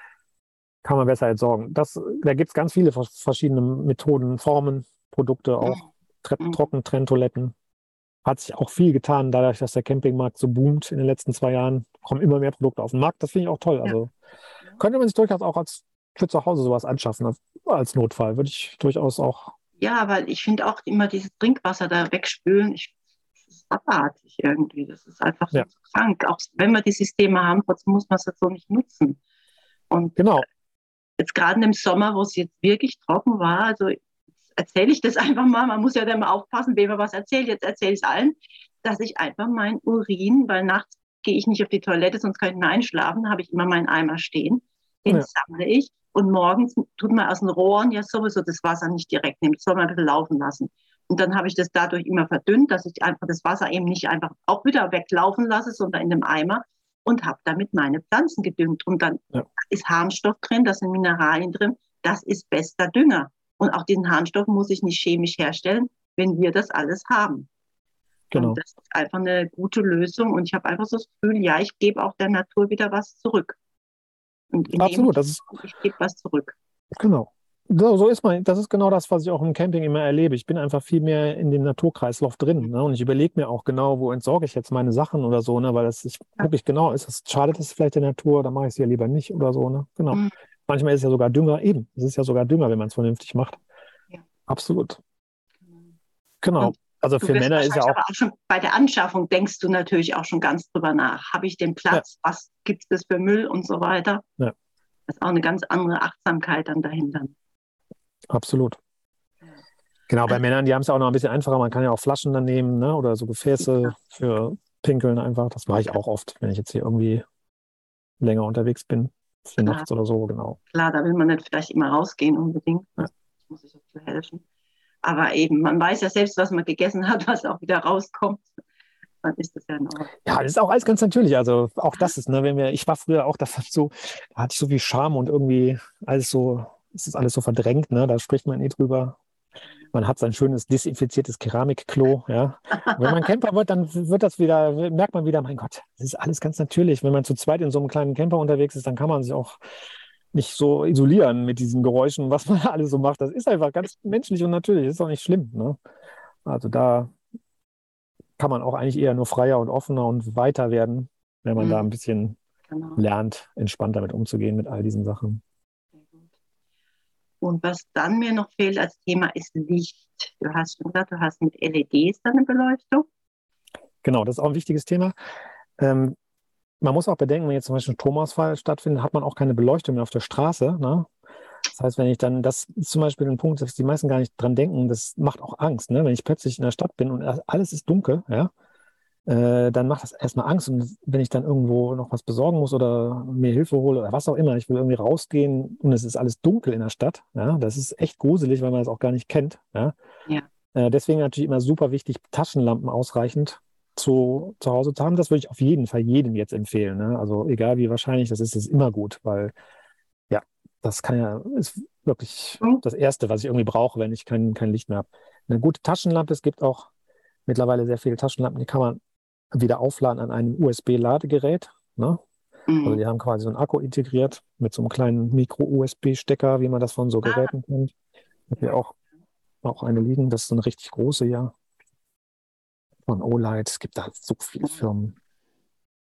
Kann man besser entsorgen. Da gibt es ganz viele verschiedene Methoden, Formen, Produkte auch. Mhm. Mhm. Trockentrenntoiletten. Hat sich auch viel getan, dadurch, dass der Campingmarkt so boomt in den letzten 2 Jahren. Kommen immer mehr Produkte auf den Markt. Das finde ich auch toll. Ja. Also Ja. könnte man sich durchaus auch für zu Hause sowas anschaffen, als Notfall. Würde ich durchaus auch. Ja, weil ich finde auch immer dieses Trinkwasser da wegspülen, das ist abartig irgendwie. Das ist einfach so Ja, krank. Auch wenn wir die Systeme haben, trotzdem muss man es jetzt so nicht nutzen. Und genau. jetzt gerade im Sommer, wo es jetzt wirklich trocken war, also erzähle ich das einfach mal, man muss ja dann mal aufpassen, wem man was erzählt. Jetzt erzähle ich es allen, dass ich einfach mein Urin, weil nachts gehe ich nicht auf die Toilette, sonst kann ich nicht mehr einschlafen, habe ich immer meinen Eimer stehen, den Ja, sammle ich und morgens tut man aus den Rohren ja sowieso das Wasser nicht direkt nehmen, das soll man ein bisschen laufen lassen. Und dann habe ich das dadurch immer verdünnt, dass ich einfach das Wasser eben nicht einfach auch wieder weglaufen lasse, sondern in dem Eimer und habe damit meine Pflanzen gedüngt. Und dann ja, ist Harnstoff drin, da sind Mineralien drin, das ist bester Dünger. Und auch diesen Harnstoff muss ich nicht chemisch herstellen, wenn wir das alles haben. Und genau. das ist einfach eine gute Lösung. Und ich habe einfach so das Gefühl, ja, ich gebe auch der Natur wieder was zurück. Und indem Absolut. Das ist ich gebe was zurück. genau. So ist man. Das ist genau das, was ich auch im Camping immer erlebe. Ich bin einfach viel mehr in dem Naturkreislauf drin. Ne? Und ich überlege mir auch genau, wo entsorge ich jetzt meine Sachen oder so, ne? Weil ich Ja. gucke ich genau, schadet es vielleicht der Natur, dann mache ich es ja lieber nicht oder so. Ne? Genau. Mhm. Manchmal ist es ja sogar Dünger, eben. Es ist ja sogar Dünger, wenn man es vernünftig macht. Ja. Absolut. Genau. Und Also du für wirst Männer ist ja wahrscheinlich auch, aber auch schon bei der Anschaffung denkst du natürlich auch schon ganz drüber nach. Habe ich den ja, Platz? Was gibt es für Müll und so weiter? ja, Das ist auch eine ganz andere Achtsamkeit dann dahinter. absolut. Ja. Genau, bei Also, Männern, die haben es ja auch noch ein bisschen einfacher. Man kann ja auch Flaschen dann nehmen, ne? Oder so Gefäße für Pinkeln einfach. Das mache ich auch oft, wenn ich jetzt hier irgendwie länger unterwegs bin. Für klar, nachts oder so, genau. klar, da will man nicht vielleicht immer rausgehen unbedingt. Ja. Das muss ich auch helfen. Aber eben, man weiß ja selbst, was man gegessen hat, was auch wieder rauskommt. Dann ist das ja in Ordnung. Ja, das ist auch alles ganz natürlich. Also auch das ist, ne, ich war früher auch, das hat so, da hatte ich so viel Charme und irgendwie alles so, es ist alles so verdrängt, ne? Da spricht man nie drüber. Man hat sein schönes desinfiziertes Keramikklo, ja. Und wenn man Camper wird, dann merkt man wieder, mein Gott, das ist alles ganz natürlich. Wenn man zu zweit in so einem kleinen Camper unterwegs ist, dann kann man sich auch nicht so isolieren mit diesen Geräuschen, was man alles so macht. Das ist einfach ganz menschlich und natürlich. Das ist auch nicht schlimm, ne? Also da kann man auch eigentlich eher nur freier und offener und weiter werden, wenn man da Mhm, ein bisschen genau. lernt, entspannt damit umzugehen mit all diesen Sachen. Sehr gut. Und was dann mir noch fehlt als Thema ist Licht. Du hast schon gesagt, du hast mit LEDs dann eine Beleuchtung. Genau, das ist auch ein wichtiges Thema. Ähm, Man muss auch bedenken, wenn jetzt zum Beispiel ein Stromausfall stattfindet, hat man auch keine Beleuchtung mehr auf der Straße. Ne? Das heißt, wenn ich dann, das ist zum Beispiel ein Punkt, dass die meisten gar nicht dran denken, das macht auch Angst. Ne? Wenn ich plötzlich in der Stadt bin und alles ist dunkel, ja, dann macht das erstmal Angst. Und wenn ich dann irgendwo noch was besorgen muss oder mir Hilfe hole oder was auch immer, ich will irgendwie rausgehen und es ist alles dunkel in der Stadt, ja, das ist echt gruselig, weil man das auch gar nicht kennt. Ja? Ja. Deswegen natürlich immer super wichtig, Taschenlampen ausreichend zu Hause zu haben. Das würde ich auf jeden Fall jedem jetzt empfehlen. Ne? Also egal wie wahrscheinlich das ist immer gut, weil ja, ist wirklich Hm? das Erste, was ich irgendwie brauche, wenn ich kein Licht mehr habe. Eine gute Taschenlampe, es gibt auch mittlerweile sehr viele Taschenlampen, die kann man wieder aufladen an einem USB-Ladegerät. Ne? Also Mhm. die haben quasi so einen Akku integriert mit so einem kleinen Micro-USB-Stecker, wie man das von so Ah, Geräten kennt. Ich habe hier ja. auch eine liegen, das ist so eine richtig große, ja, von Olight. Es gibt da so viele Mhm. Firmen.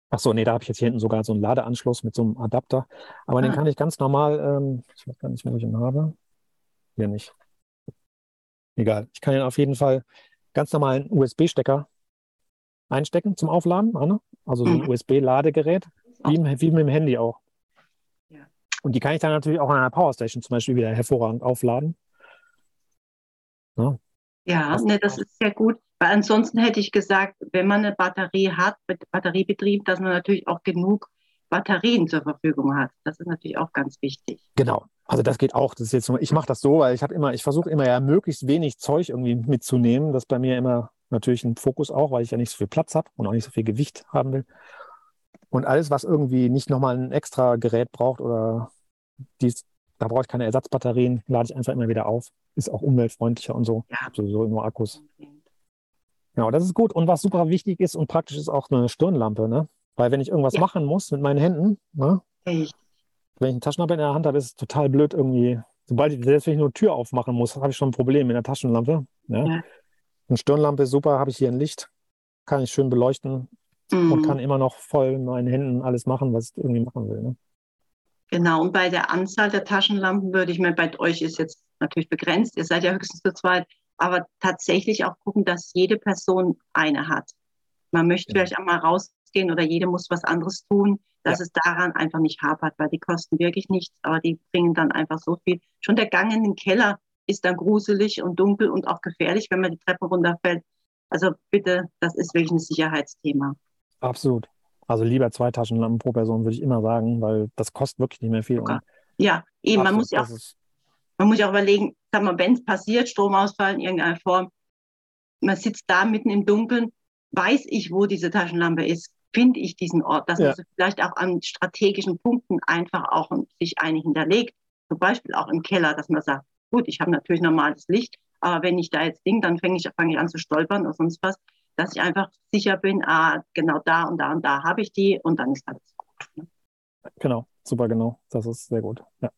Ach so, nee, da habe ich jetzt hier hinten sogar so einen Ladeanschluss mit so einem Adapter. Aber den Ah, kann ich ganz normal, ich weiß gar nicht, wo ich ihn habe. Hier nicht. Egal. Ich kann ihn auf jeden Fall ganz normalen USB-Stecker einstecken zum Aufladen, Anne. Also so ein mhm. USB-Ladegerät, Auch, wie mit dem Handy auch. ja. Und die kann ich dann natürlich auch an einer Powerstation zum Beispiel wieder hervorragend aufladen. Ja, Ja, passt ne, das auch. ist sehr gut, weil ansonsten hätte ich gesagt, wenn man eine Batterie hat, mit Batteriebetrieb, dass man natürlich auch genug Batterien zur Verfügung hat. Das ist natürlich auch ganz wichtig. Genau. Also das geht auch. Das ist jetzt so, ich mache das so, weil ich versuche immer ja möglichst wenig Zeug irgendwie mitzunehmen. Das ist bei mir immer natürlich ein Fokus auch, weil ich ja nicht so viel Platz habe und auch nicht so viel Gewicht haben will. Und alles, was irgendwie nicht nochmal ein extra Gerät braucht oder dies, da brauche ich keine Ersatzbatterien, lade ich einfach immer wieder auf. Ist auch umweltfreundlicher und so. Ich Ja, habe sowieso immer Akkus. Genau, das ist gut. Und was super wichtig ist und praktisch ist auch eine Stirnlampe, ne? Weil wenn ich irgendwas ja, machen muss mit meinen Händen, ne? echt. Wenn ich eine Taschenlampe in der Hand habe, ist es total blöd irgendwie. Selbst wenn ich nur Tür aufmachen muss, habe ich schon ein Problem mit der Taschenlampe. Ja? Ja. Eine Stirnlampe ist super, habe ich hier ein Licht, kann ich schön beleuchten und Mm, kann immer noch voll mit meinen Händen alles machen, was ich irgendwie machen will. Ne? genau, und bei der Anzahl der Taschenlampen würde ich mir, bei euch ist jetzt natürlich begrenzt, ihr seid ja höchstens zu zweit, aber tatsächlich auch gucken, dass jede Person eine hat. Man möchte Genau. vielleicht auch mal rausgehen oder jeder muss was anderes tun, Ja, dass es daran einfach nicht hapert, weil die kosten wirklich nichts, aber die bringen dann einfach so viel. Schon der Gang in den Keller ist dann gruselig und dunkel und auch gefährlich, wenn man die Treppe runterfällt. Also bitte, das ist wirklich ein Sicherheitsthema. absolut. Also lieber 2 Taschenlampen pro Person, würde ich immer sagen, weil das kostet wirklich nicht mehr viel. Sogar. Und Ja, eben, absolut, das ist, man muss ja auch überlegen, sag mal, wenn es passiert, Stromausfall in irgendeiner Form, man sitzt da mitten im Dunkeln, weiß ich, wo diese Taschenlampe ist, finde ich diesen Ort, dass man ja, so vielleicht auch an strategischen Punkten einfach auch sich eine hinterlegt, zum Beispiel auch im Keller, dass man sagt, gut, ich habe natürlich normales Licht, aber wenn ich da jetzt ding, dann fange ich an zu stolpern oder sonst was, dass ich einfach sicher bin, ah, genau da und da und da habe ich die und dann ist alles gut. Ne? genau, super genau. Das ist sehr gut. Ja.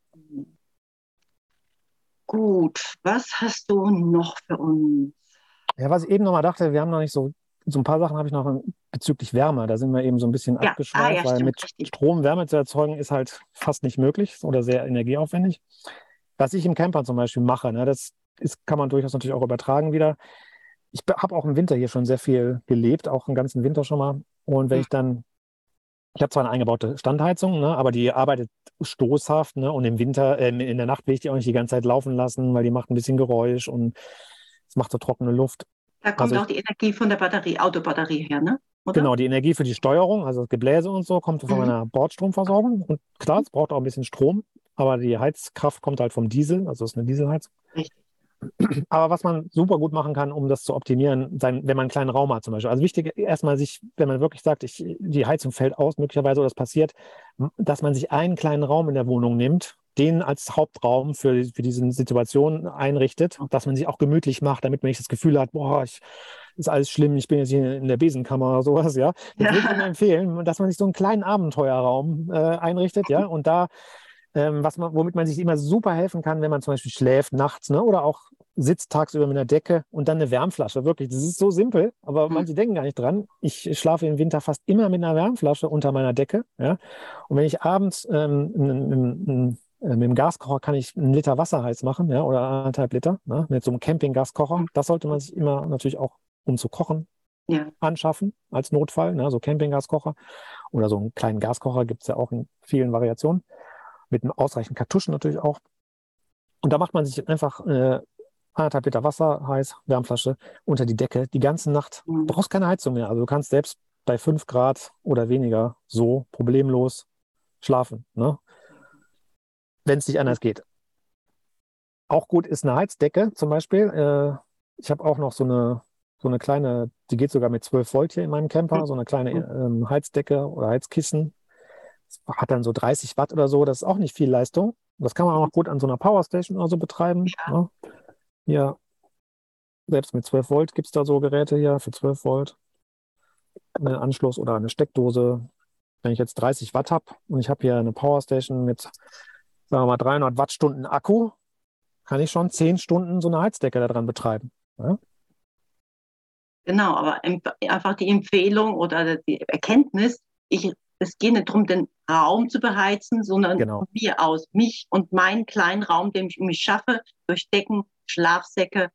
Gut, was hast du noch für uns? Ja, was ich eben nochmal dachte, wir haben noch nicht so ein paar Sachen habe ich noch bezüglich Wärme. Da sind wir eben so ein bisschen Ja, ah abgeschweift, ja, weil stimmt, mit richtig. Strom Wärme zu erzeugen ist halt fast nicht möglich oder sehr energieaufwendig. Was ich im Camper zum Beispiel mache, ne, kann man durchaus natürlich auch übertragen wieder. Ich habe auch im Winter hier schon sehr viel gelebt, auch einen ganzen Winter schon mal. Und wenn Hm. ich habe zwar eine eingebaute Standheizung, ne, aber die arbeitet stoßhaft, ne, und im Winter, in der Nacht will ich die auch nicht die ganze Zeit laufen lassen, weil die macht ein bisschen Geräusch und es macht so trockene Luft. Da Also kommt auch die Energie von der Batterie, Autobatterie her, ne? Oder? genau, die Energie für die Steuerung, also das Gebläse und so, kommt von Mhm. meiner Bordstromversorgung. Und klar, es braucht auch ein bisschen Strom, aber die Heizkraft kommt halt vom Diesel, also es ist eine Dieselheizung. Richtig. Aber was man super gut machen kann, um das zu optimieren, wenn man einen kleinen Raum hat zum Beispiel. Also wichtig erstmal sich, wenn man wirklich sagt, die Heizung fällt aus, möglicherweise oder das passiert, dass man sich einen kleinen Raum in der Wohnung nimmt, den als Hauptraum für diese Situation einrichtet, dass man sich auch gemütlich macht, damit man nicht das Gefühl hat, boah, ist alles schlimm, ich bin jetzt hier in der Besenkammer oder sowas, ja. Das würde ich immer Ja. empfehlen, dass man sich so einen kleinen Abenteuerraum einrichtet, ja, und da womit man sich immer super helfen kann, wenn man zum Beispiel schläft nachts, ne? Oder auch sitzt tagsüber mit einer Decke und dann eine Wärmflasche. Wirklich, das ist so simpel, aber Mhm. manche denken gar nicht dran. Ich schlafe im Winter fast immer mit einer Wärmflasche unter meiner Decke. Ja? Und wenn ich abends mit dem Gaskocher kann ich 1 Liter Wasser heiß machen, ja, oder 1,5 Liter, ne? Mit so einem Campinggaskocher. Das sollte man sich immer natürlich auch, um zu kochen, Ja. anschaffen als Notfall, ne? So Campinggaskocher. Oder so einen kleinen Gaskocher gibt es ja auch in vielen Variationen mit einem ausreichend Kartuschen natürlich auch. Und da macht man sich einfach 1,5 Liter Wasser, heiß, Wärmflasche, unter die Decke die ganze Nacht. Du Mhm. brauchst keine Heizung mehr. Also du kannst selbst bei 5 Grad oder weniger so problemlos schlafen, ne? Wenn es nicht anders geht. Auch gut ist eine Heizdecke zum Beispiel. Ich habe auch noch so eine kleine, die geht sogar mit 12 Volt hier in meinem Camper, so eine kleine Mhm. Heizdecke oder Heizkissen. Hat dann so 30 Watt oder so, das ist auch nicht viel Leistung. Das kann man auch gut an so einer Powerstation oder so betreiben. Ja. Ne? Hier, selbst mit 12 Volt gibt es da so Geräte hier für 12 Volt. Einen Anschluss oder eine Steckdose. Wenn ich jetzt 30 Watt habe und ich habe hier eine Powerstation mit, sagen wir mal, 300 Wattstunden Akku, kann ich schon 10 Stunden so eine Heizdecke da dran betreiben. Ja? Genau, aber einfach die Empfehlung oder die Erkenntnis, es geht nicht darum, den Raum zu beheizen, sondern Genau. von mir aus, mich und meinen kleinen Raum, den ich mich schaffe, durch Decken, Schlafsäcke,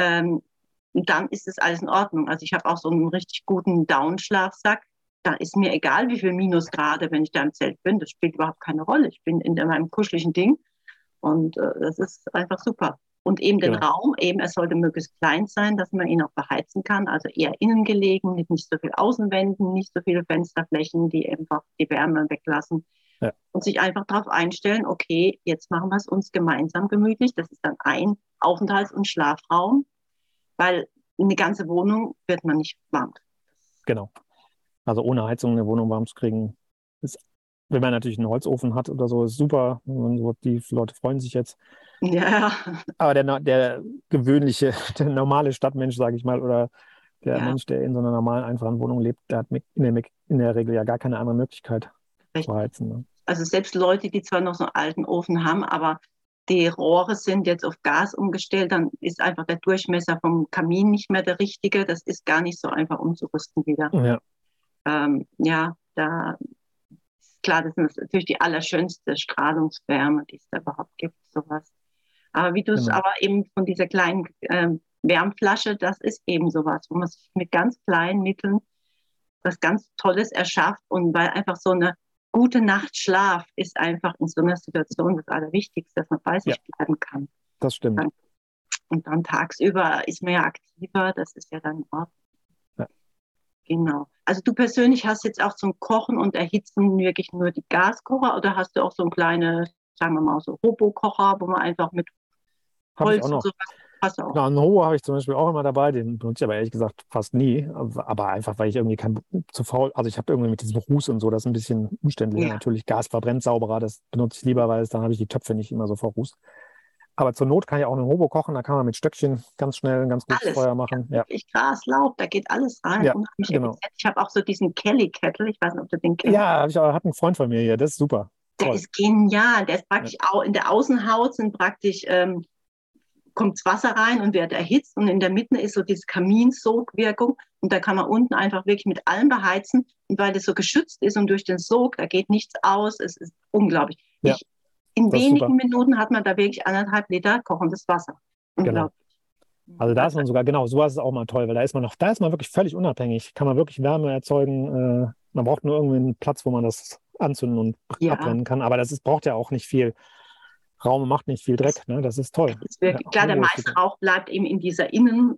und dann ist es alles in Ordnung. Also ich habe auch so einen richtig guten Down-Schlafsack. Da ist mir egal, wie viel Minusgrade, wenn ich da im Zelt bin. Das spielt überhaupt keine Rolle. Ich bin in meinem kuscheligen Ding und das ist einfach super. Und eben den Genau. Raum, eben er sollte möglichst klein sein, dass man ihn auch beheizen kann. Also eher innen gelegen, nicht so viel Außenwänden, nicht so viele Fensterflächen, die einfach die Wärme weglassen. Ja. Und sich einfach darauf einstellen, okay, jetzt machen wir es uns gemeinsam gemütlich. Das ist dann ein Aufenthalts- und Schlafraum, weil eine ganze Wohnung wird man nicht warm. Genau. Also ohne Heizung eine Wohnung warm zu kriegen, ist, wenn man natürlich einen Holzofen hat oder so, ist super. Die Leute freuen sich jetzt. Ja, Aber der gewöhnliche, der normale Stadtmensch, sage ich mal, oder der ja, Mensch, der in so einer normalen, einfachen Wohnung lebt, der hat in der Regel ja gar keine andere Möglichkeit zu richtig. heizen. Ne? Also selbst Leute, die zwar noch so einen alten Ofen haben, aber die Rohre sind jetzt auf Gas umgestellt, dann ist einfach der Durchmesser vom Kamin nicht mehr der richtige. Das ist gar nicht so einfach umzurüsten wieder. Ja, Ja, da ist klar, das ist natürlich die allerschönste Strahlungswärme, die es da überhaupt gibt, sowas. Aber wie du es genau. aber eben von dieser kleinen Wärmflasche, das ist eben sowas, wo man sich mit ganz kleinen Mitteln was ganz Tolles erschafft und weil einfach so eine gute Nacht Schlaf ist einfach in so einer Situation das Allerwichtigste, dass man bei Ja, sich bleiben kann. das stimmt. Und dann tagsüber ist man ja aktiver, das ist ja dann in Ordnung. Ja. Genau. Also du persönlich hast jetzt auch zum Kochen und Erhitzen wirklich nur die Gaskocher oder hast du auch so ein kleine, sagen wir mal so Robokocher, wo man einfach mit Habe ich auch Holz und noch. sowas, hast du auch. Genau, einen Ho habe ich zum Beispiel auch immer dabei, den benutze ich aber ehrlich gesagt fast nie. Aber einfach, weil ich irgendwie zu faul, also ich habe irgendwie mit diesem Ruß und so, das ist ein bisschen umständlicher. Ja, Natürlich, Gas verbrennt sauberer, das benutze ich lieber, weil dann habe ich die Töpfe nicht immer so verrußt. Aber zur Not kann ich auch einen Hobo kochen, da kann man mit Stöckchen ganz schnell ein ganz gutes alles. Feuer Ja, machen. Ja, wirklich Gras, Laub, da geht alles rein. ja, Unheimlich genau. effizient. Ich habe auch so diesen Kelly-Kettle, ich weiß nicht, ob du den kennst. Ja, hat ein Freund von mir hier, das ist super. Der Toll. ist genial. Der ist Ja, praktisch auch in der Außenhaut sind praktisch kommt das Wasser rein und wird erhitzt und in der Mitte ist so diese Kaminsogwirkung und da kann man unten einfach wirklich mit allem beheizen und weil das so geschützt ist und durch den Sog, da geht nichts aus, es ist unglaublich. ja, In das ist super. wenigen Minuten hat man da wirklich 1,5 Liter kochendes Wasser. Genau. Unglaublich. Also da ist man sogar, genau, sowas ist auch mal toll, weil da ist man wirklich völlig unabhängig. Kann man wirklich Wärme erzeugen. Man braucht nur irgendwie einen Platz, wo man das anzünden und Ja, abbrennen kann. Aber braucht ja auch nicht viel Raum, macht nicht viel Dreck. Ne? Das ist toll. ist Ja, wirklich, klar, der Hobo ist meiste super. Rauch bleibt eben in dieser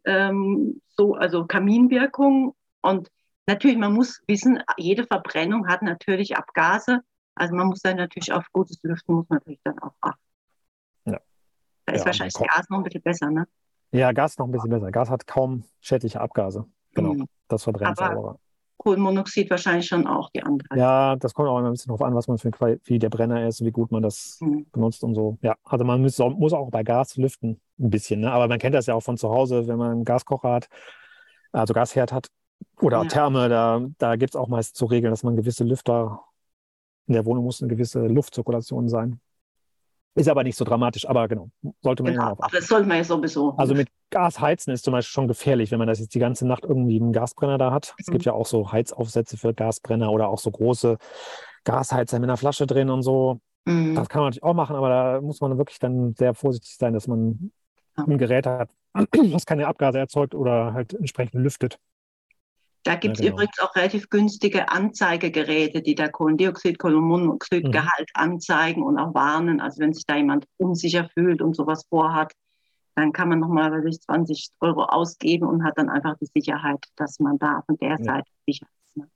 also Kaminwirkung. Und natürlich, man muss wissen, jede Verbrennung hat natürlich Abgase. Also man muss dann natürlich auf gutes Lüften muss man natürlich dann auch achten. Ja, Da ist ja, wahrscheinlich Gas noch ein bisschen besser, ne? Ja, Gas ist noch ein bisschen besser. Gas hat kaum schädliche Abgase. Genau, Mhm. das verbrennt Aber sauberer. Kohlenmonoxid wahrscheinlich schon auch die andere. Ja, das kommt auch immer ein bisschen drauf an, was man wie der Brenner ist, wie gut man das Mhm. benutzt und so. Ja, also man muss auch bei Gas lüften ein bisschen, ne? Aber man kennt das ja auch von zu Hause, wenn man einen Gaskocher hat, also Gasherd hat oder Ja. Therme, da gibt es auch meist so Regeln, dass man gewisse Lüfter, in der Wohnung muss eine gewisse Luftzirkulation sein. Ist aber nicht so dramatisch, aber genau, sollte man immer Genau, darauf aber achten. das sollte man ja sowieso. Also mit Gas heizen ist zum Beispiel schon gefährlich, wenn man das jetzt die ganze Nacht irgendwie einen Gasbrenner da hat. Es Mhm. gibt ja auch so Heizaufsätze für Gasbrenner oder auch so große Gasheizer mit einer Flasche drin und so. Mhm. Das kann man natürlich auch machen, aber da muss man wirklich dann sehr vorsichtig sein, dass man Ja. ein Gerät hat, was keine Abgase erzeugt oder halt entsprechend lüftet. Da Ja, gibt es genau. übrigens auch relativ günstige Anzeigegeräte, die da Kohlendioxid, Mhm. Kohlenmonoxidgehalt anzeigen und auch warnen. Also wenn sich da jemand unsicher fühlt und sowas vorhat, dann kann man nochmal 20 € ausgeben und hat dann einfach die Sicherheit, dass man da von der Ja. Seite sicher ist. Ne?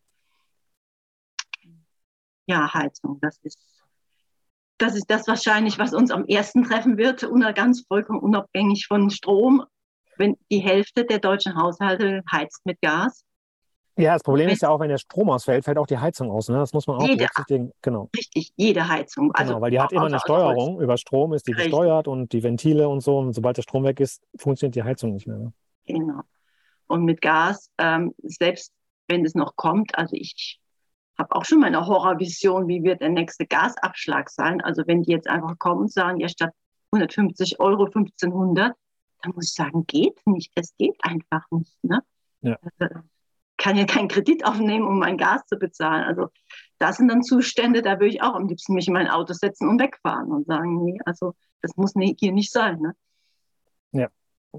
Ja, Heizung, das ist das wahrscheinlich, was uns am ersten treffen wird, ganz vollkommen unabhängig von Strom. Wenn die Hälfte der deutschen Haushalte heizt mit Gas. Ja, das Problem Wenn ist ja auch, wenn der Strom ausfällt, fällt auch die Heizung aus. Ne? Das muss man auch jede, berücksichtigen. Genau. richtig, jede Heizung, also Genau, weil die hat immer eine außer Holz. Steuerung. Über Strom ist die Richtig, gesteuert und die Ventile und so. Und sobald der Strom weg ist, funktioniert die Heizung nicht mehr. Ne? genau. Und mit Gas, selbst wenn es noch kommt, also ich habe auch schon meine Horrorvision, wie wird der nächste Gasabschlag sein. Also wenn die jetzt einfach kommen und sagen, ja statt 150 € 1500, dann muss ich sagen, geht nicht. Es geht einfach nicht. Ne? Ja. kann ja keinen Kredit aufnehmen, um mein Gas zu bezahlen. Also das sind dann Zustände, da würde ich auch am liebsten mich in mein Auto setzen und wegfahren und sagen, nee, also das muss hier nicht sein. Ne? Ja.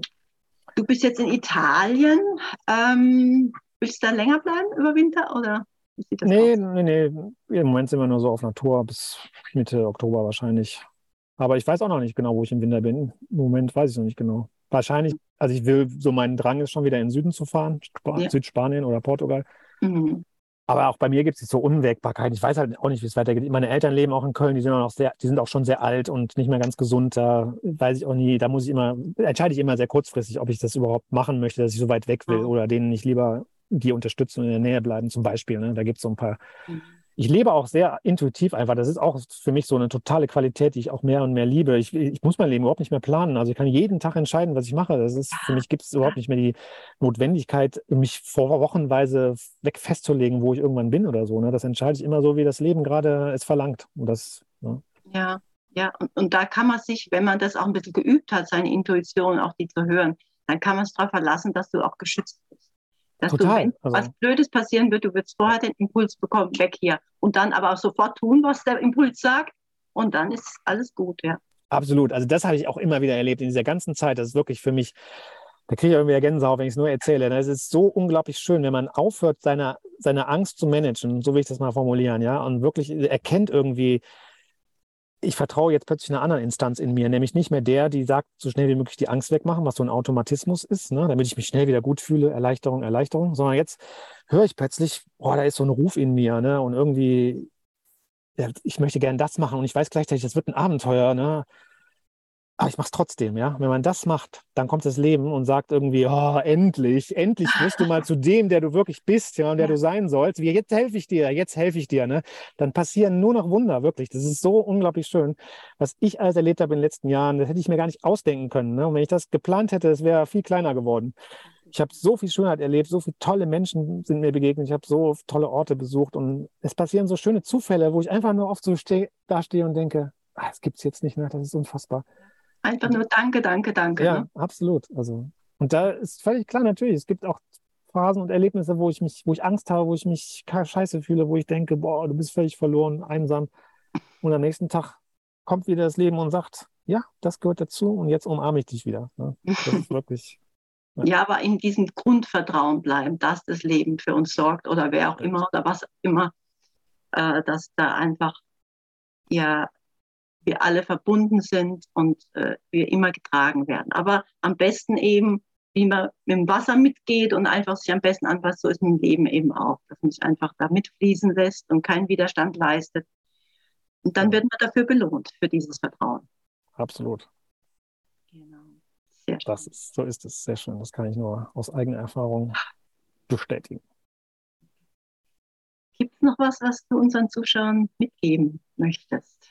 Du bist jetzt in Italien. Willst du da länger bleiben über Winter oder wie sieht das Nee, aus? nee, nee. Im Moment sind wir nur so auf Natur bis Mitte Oktober wahrscheinlich. Aber ich weiß auch noch nicht genau, wo ich im Winter bin. Im Moment weiß ich noch nicht genau. Wahrscheinlich, also ich will, so mein Drang ist schon wieder in den Süden zu fahren, Ja. Südspanien oder Portugal. Mhm. Aber auch bei mir gibt es so Unwägbarkeiten. Ich weiß halt auch nicht, wie es weitergeht. Meine Eltern leben auch in Köln, die sind auch noch die sind auch schon sehr alt und nicht mehr ganz gesund. Da weiß ich auch nie, da entscheide ich immer sehr kurzfristig, ob ich das überhaupt machen möchte, dass ich so weit weg will oder denen nicht lieber die unterstützen und in der Nähe bleiben, zum Beispiel. Ne? Da gibt es so ein paar. Mhm. Ich lebe auch sehr intuitiv einfach. Das ist auch für mich so eine totale Qualität, die ich auch mehr und mehr liebe. Ich muss mein Leben überhaupt nicht mehr planen. Also ich kann jeden Tag entscheiden, was ich mache. Für mich gibt es überhaupt nicht mehr die Notwendigkeit, mich vor wochenweise weg festzulegen, wo ich irgendwann bin oder so. Ne? Das entscheide ich immer so, wie das Leben gerade es verlangt. Und das, ne? Ja, ja. Und da kann man sich, wenn man das auch ein bisschen geübt hat, seine Intuition, auch die zu hören, dann kann man es darauf verlassen, dass du auch geschützt bist. Dass du, Total. wenn was Also Blödes passieren wird, du wirst vorher den Impuls bekommen, weg hier. Und dann aber auch sofort tun, was der Impuls sagt. Und dann ist alles gut, ja. absolut. Also das habe ich auch immer wieder erlebt in dieser ganzen Zeit. Das ist wirklich für mich. Da kriege ich irgendwie wieder Gänsehaut, wenn ich es nur erzähle. Es ist so unglaublich schön, wenn man aufhört, seine Angst zu managen, so will ich das mal formulieren, ja, und wirklich erkennt irgendwie, ich vertraue jetzt plötzlich einer anderen Instanz in mir, nämlich nicht mehr der, die sagt, so schnell wie möglich die Angst wegmachen, was so ein Automatismus ist, ne, damit ich mich schnell wieder gut fühle, Erleichterung, Erleichterung, sondern jetzt höre ich plötzlich, boah, da ist so ein Ruf in mir, ne, und irgendwie, ja, ich möchte gerne das machen und ich weiß gleichzeitig, das wird ein Abenteuer, ne. Aber ich mache es trotzdem, ja. Wenn man das macht, dann kommt das Leben und sagt irgendwie, oh, endlich wirst du mal zu dem, der du wirklich bist, ja, und der Ja, du sein sollst. Wie, jetzt helfe ich dir, ne? Dann passieren nur noch Wunder, wirklich. Das ist so unglaublich schön. Was ich alles erlebt habe in den letzten Jahren, das hätte ich mir gar nicht ausdenken können, ne? Und wenn ich das geplant hätte, es wäre viel kleiner geworden. Ich habe so viel Schönheit erlebt, so viele tolle Menschen sind mir begegnet, ich habe so tolle Orte besucht und es passieren so schöne Zufälle, wo ich einfach nur oft so dastehe und denke, das gibt es jetzt nicht mehr, das ist unfassbar. einfach nur Danke, danke, danke. Ja, Ne? absolut. Also, und da ist völlig klar, natürlich, es gibt auch Phasen und Erlebnisse, wo ich Angst habe, wo ich mich scheiße fühle, wo ich denke, boah, du bist völlig verloren, einsam. Und am nächsten Tag kommt wieder das Leben und sagt, ja, das gehört dazu und jetzt umarme ich dich wieder. Ne? Das ist wirklich, ja, Ja, aber in diesem Grundvertrauen bleiben, dass das Leben für uns sorgt oder wer auch immer oder was auch immer, dass da einfach ja, wir alle verbunden sind und wir immer getragen werden. Aber am besten eben, wie man mit dem Wasser mitgeht und einfach sich am besten anpasst, so ist mit dem Leben eben auch, dass man sich einfach da mitfließen lässt und keinen Widerstand leistet. Und dann genau, wird man dafür belohnt, für dieses Vertrauen. absolut. Genau. Sehr schön. So ist es, sehr schön. Das kann ich nur aus eigener Erfahrung bestätigen. Gibt es noch was, was du unseren Zuschauern mitgeben möchtest?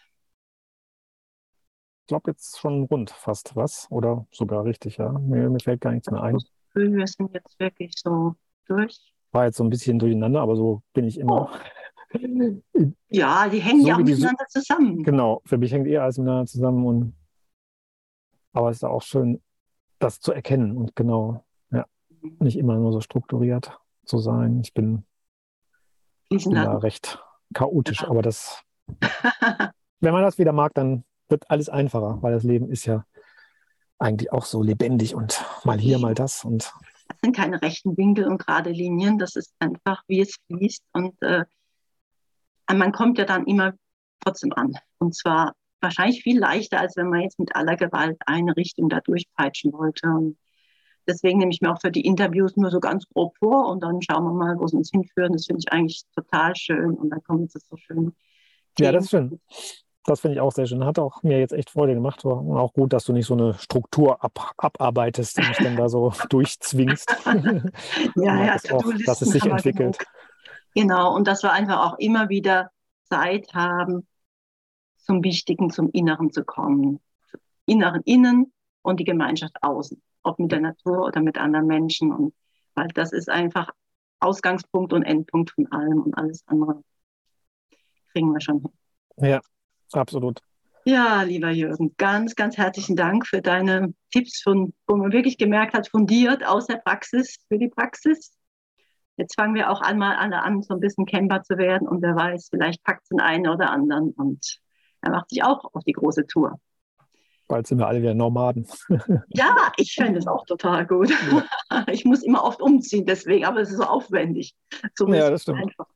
Ich glaube, jetzt schon rund fast was oder sogar richtig, ja. Mir fällt gar nichts mehr ein. Wir sind jetzt wirklich so durch. War jetzt so ein bisschen durcheinander, aber so bin ich immer. Oh, ja, die hängen ja So auch wie miteinander zusammen. genau, für mich hängt alles miteinander zusammen aber es ist auch schön, das zu erkennen und genau, ja, nicht immer nur so strukturiert zu sein. Ich Fließen bin da lassen. recht chaotisch, Ja. aber wenn man das wieder mag, dann wird alles einfacher, weil das Leben ist ja eigentlich auch so lebendig und mal hier, mal das und Das sind keine rechten Winkel und gerade Linien. Das ist einfach, wie es fließt. Und man kommt ja dann immer trotzdem an. Und zwar wahrscheinlich viel leichter, als wenn man jetzt mit aller Gewalt eine Richtung da durchpeitschen wollte. Und deswegen nehme ich mir auch für die Interviews nur so ganz grob vor und dann schauen wir mal, wo sie uns hinführen. Das finde ich eigentlich total schön. Und dann kommen jetzt so schöne ja, das Themen. ist schön. Das finde ich auch sehr schön. Hat auch mir jetzt echt Freude gemacht. Und auch gut, dass du nicht so eine Struktur abarbeitest und mich dann da so durchzwingst. Ich Ja, mag ja, es auch, dass es To-Do-Listen sich haben wir genug. entwickelt. Genau. Und dass wir einfach auch immer wieder Zeit haben, zum Wichtigen, zum Inneren zu kommen. Zum Inneren innen und die Gemeinschaft außen. Ob mit Ja, der Natur oder mit anderen Menschen. Und weil das ist einfach Ausgangspunkt und Endpunkt von allem und alles andere kriegen wir schon hin. ja, absolut. Ja, lieber Jürgen, ganz, ganz herzlichen Dank für deine Tipps, von, wo man wirklich gemerkt hat, fundiert aus der Praxis für die Praxis. Jetzt fangen wir auch mal alle an, so ein bisschen Camper zu werden. Und wer weiß, vielleicht packt es den einen oder anderen. Und er macht sich auch auf die große Tour. Bald sind wir alle wieder Nomaden. Ja, ich fände es auch total gut. Ja. Ich muss immer oft umziehen, deswegen, aber es ist so aufwendig. So Ja, ist das es stimmt. einfach.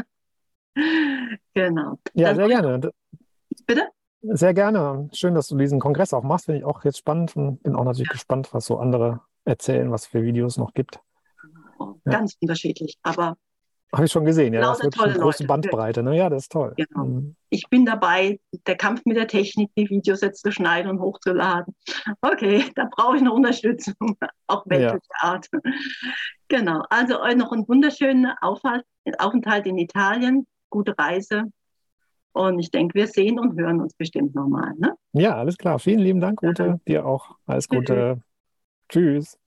Genau. Ja, Dann sehr gerne. bitte. Sehr gerne. Schön, dass du diesen Kongress auch machst. Finde ich auch jetzt spannend und bin auch natürlich gespannt, was so andere erzählen, was für Videos noch gibt. Ja. Ganz unterschiedlich, aber Habe ich schon gesehen. Ja, das ist lauter wirklich eine tolle große Leute. Bandbreite. Ne? Ja, das ist toll. Genau. Mhm. Ich bin dabei, der Kampf mit der Technik, die Videos jetzt zu schneiden und hochzuladen. Okay, da brauche ich eine Unterstützung, auch Ja, weltliche Art. Genau, also euch noch einen wunderschönen Aufenthalt in Italien, gute Reise und ich denke, wir sehen und hören uns bestimmt nochmal. Ne? ja, alles klar. Vielen lieben Dank, Ute. Dir auch alles Tschüss. Gute. Tschüss.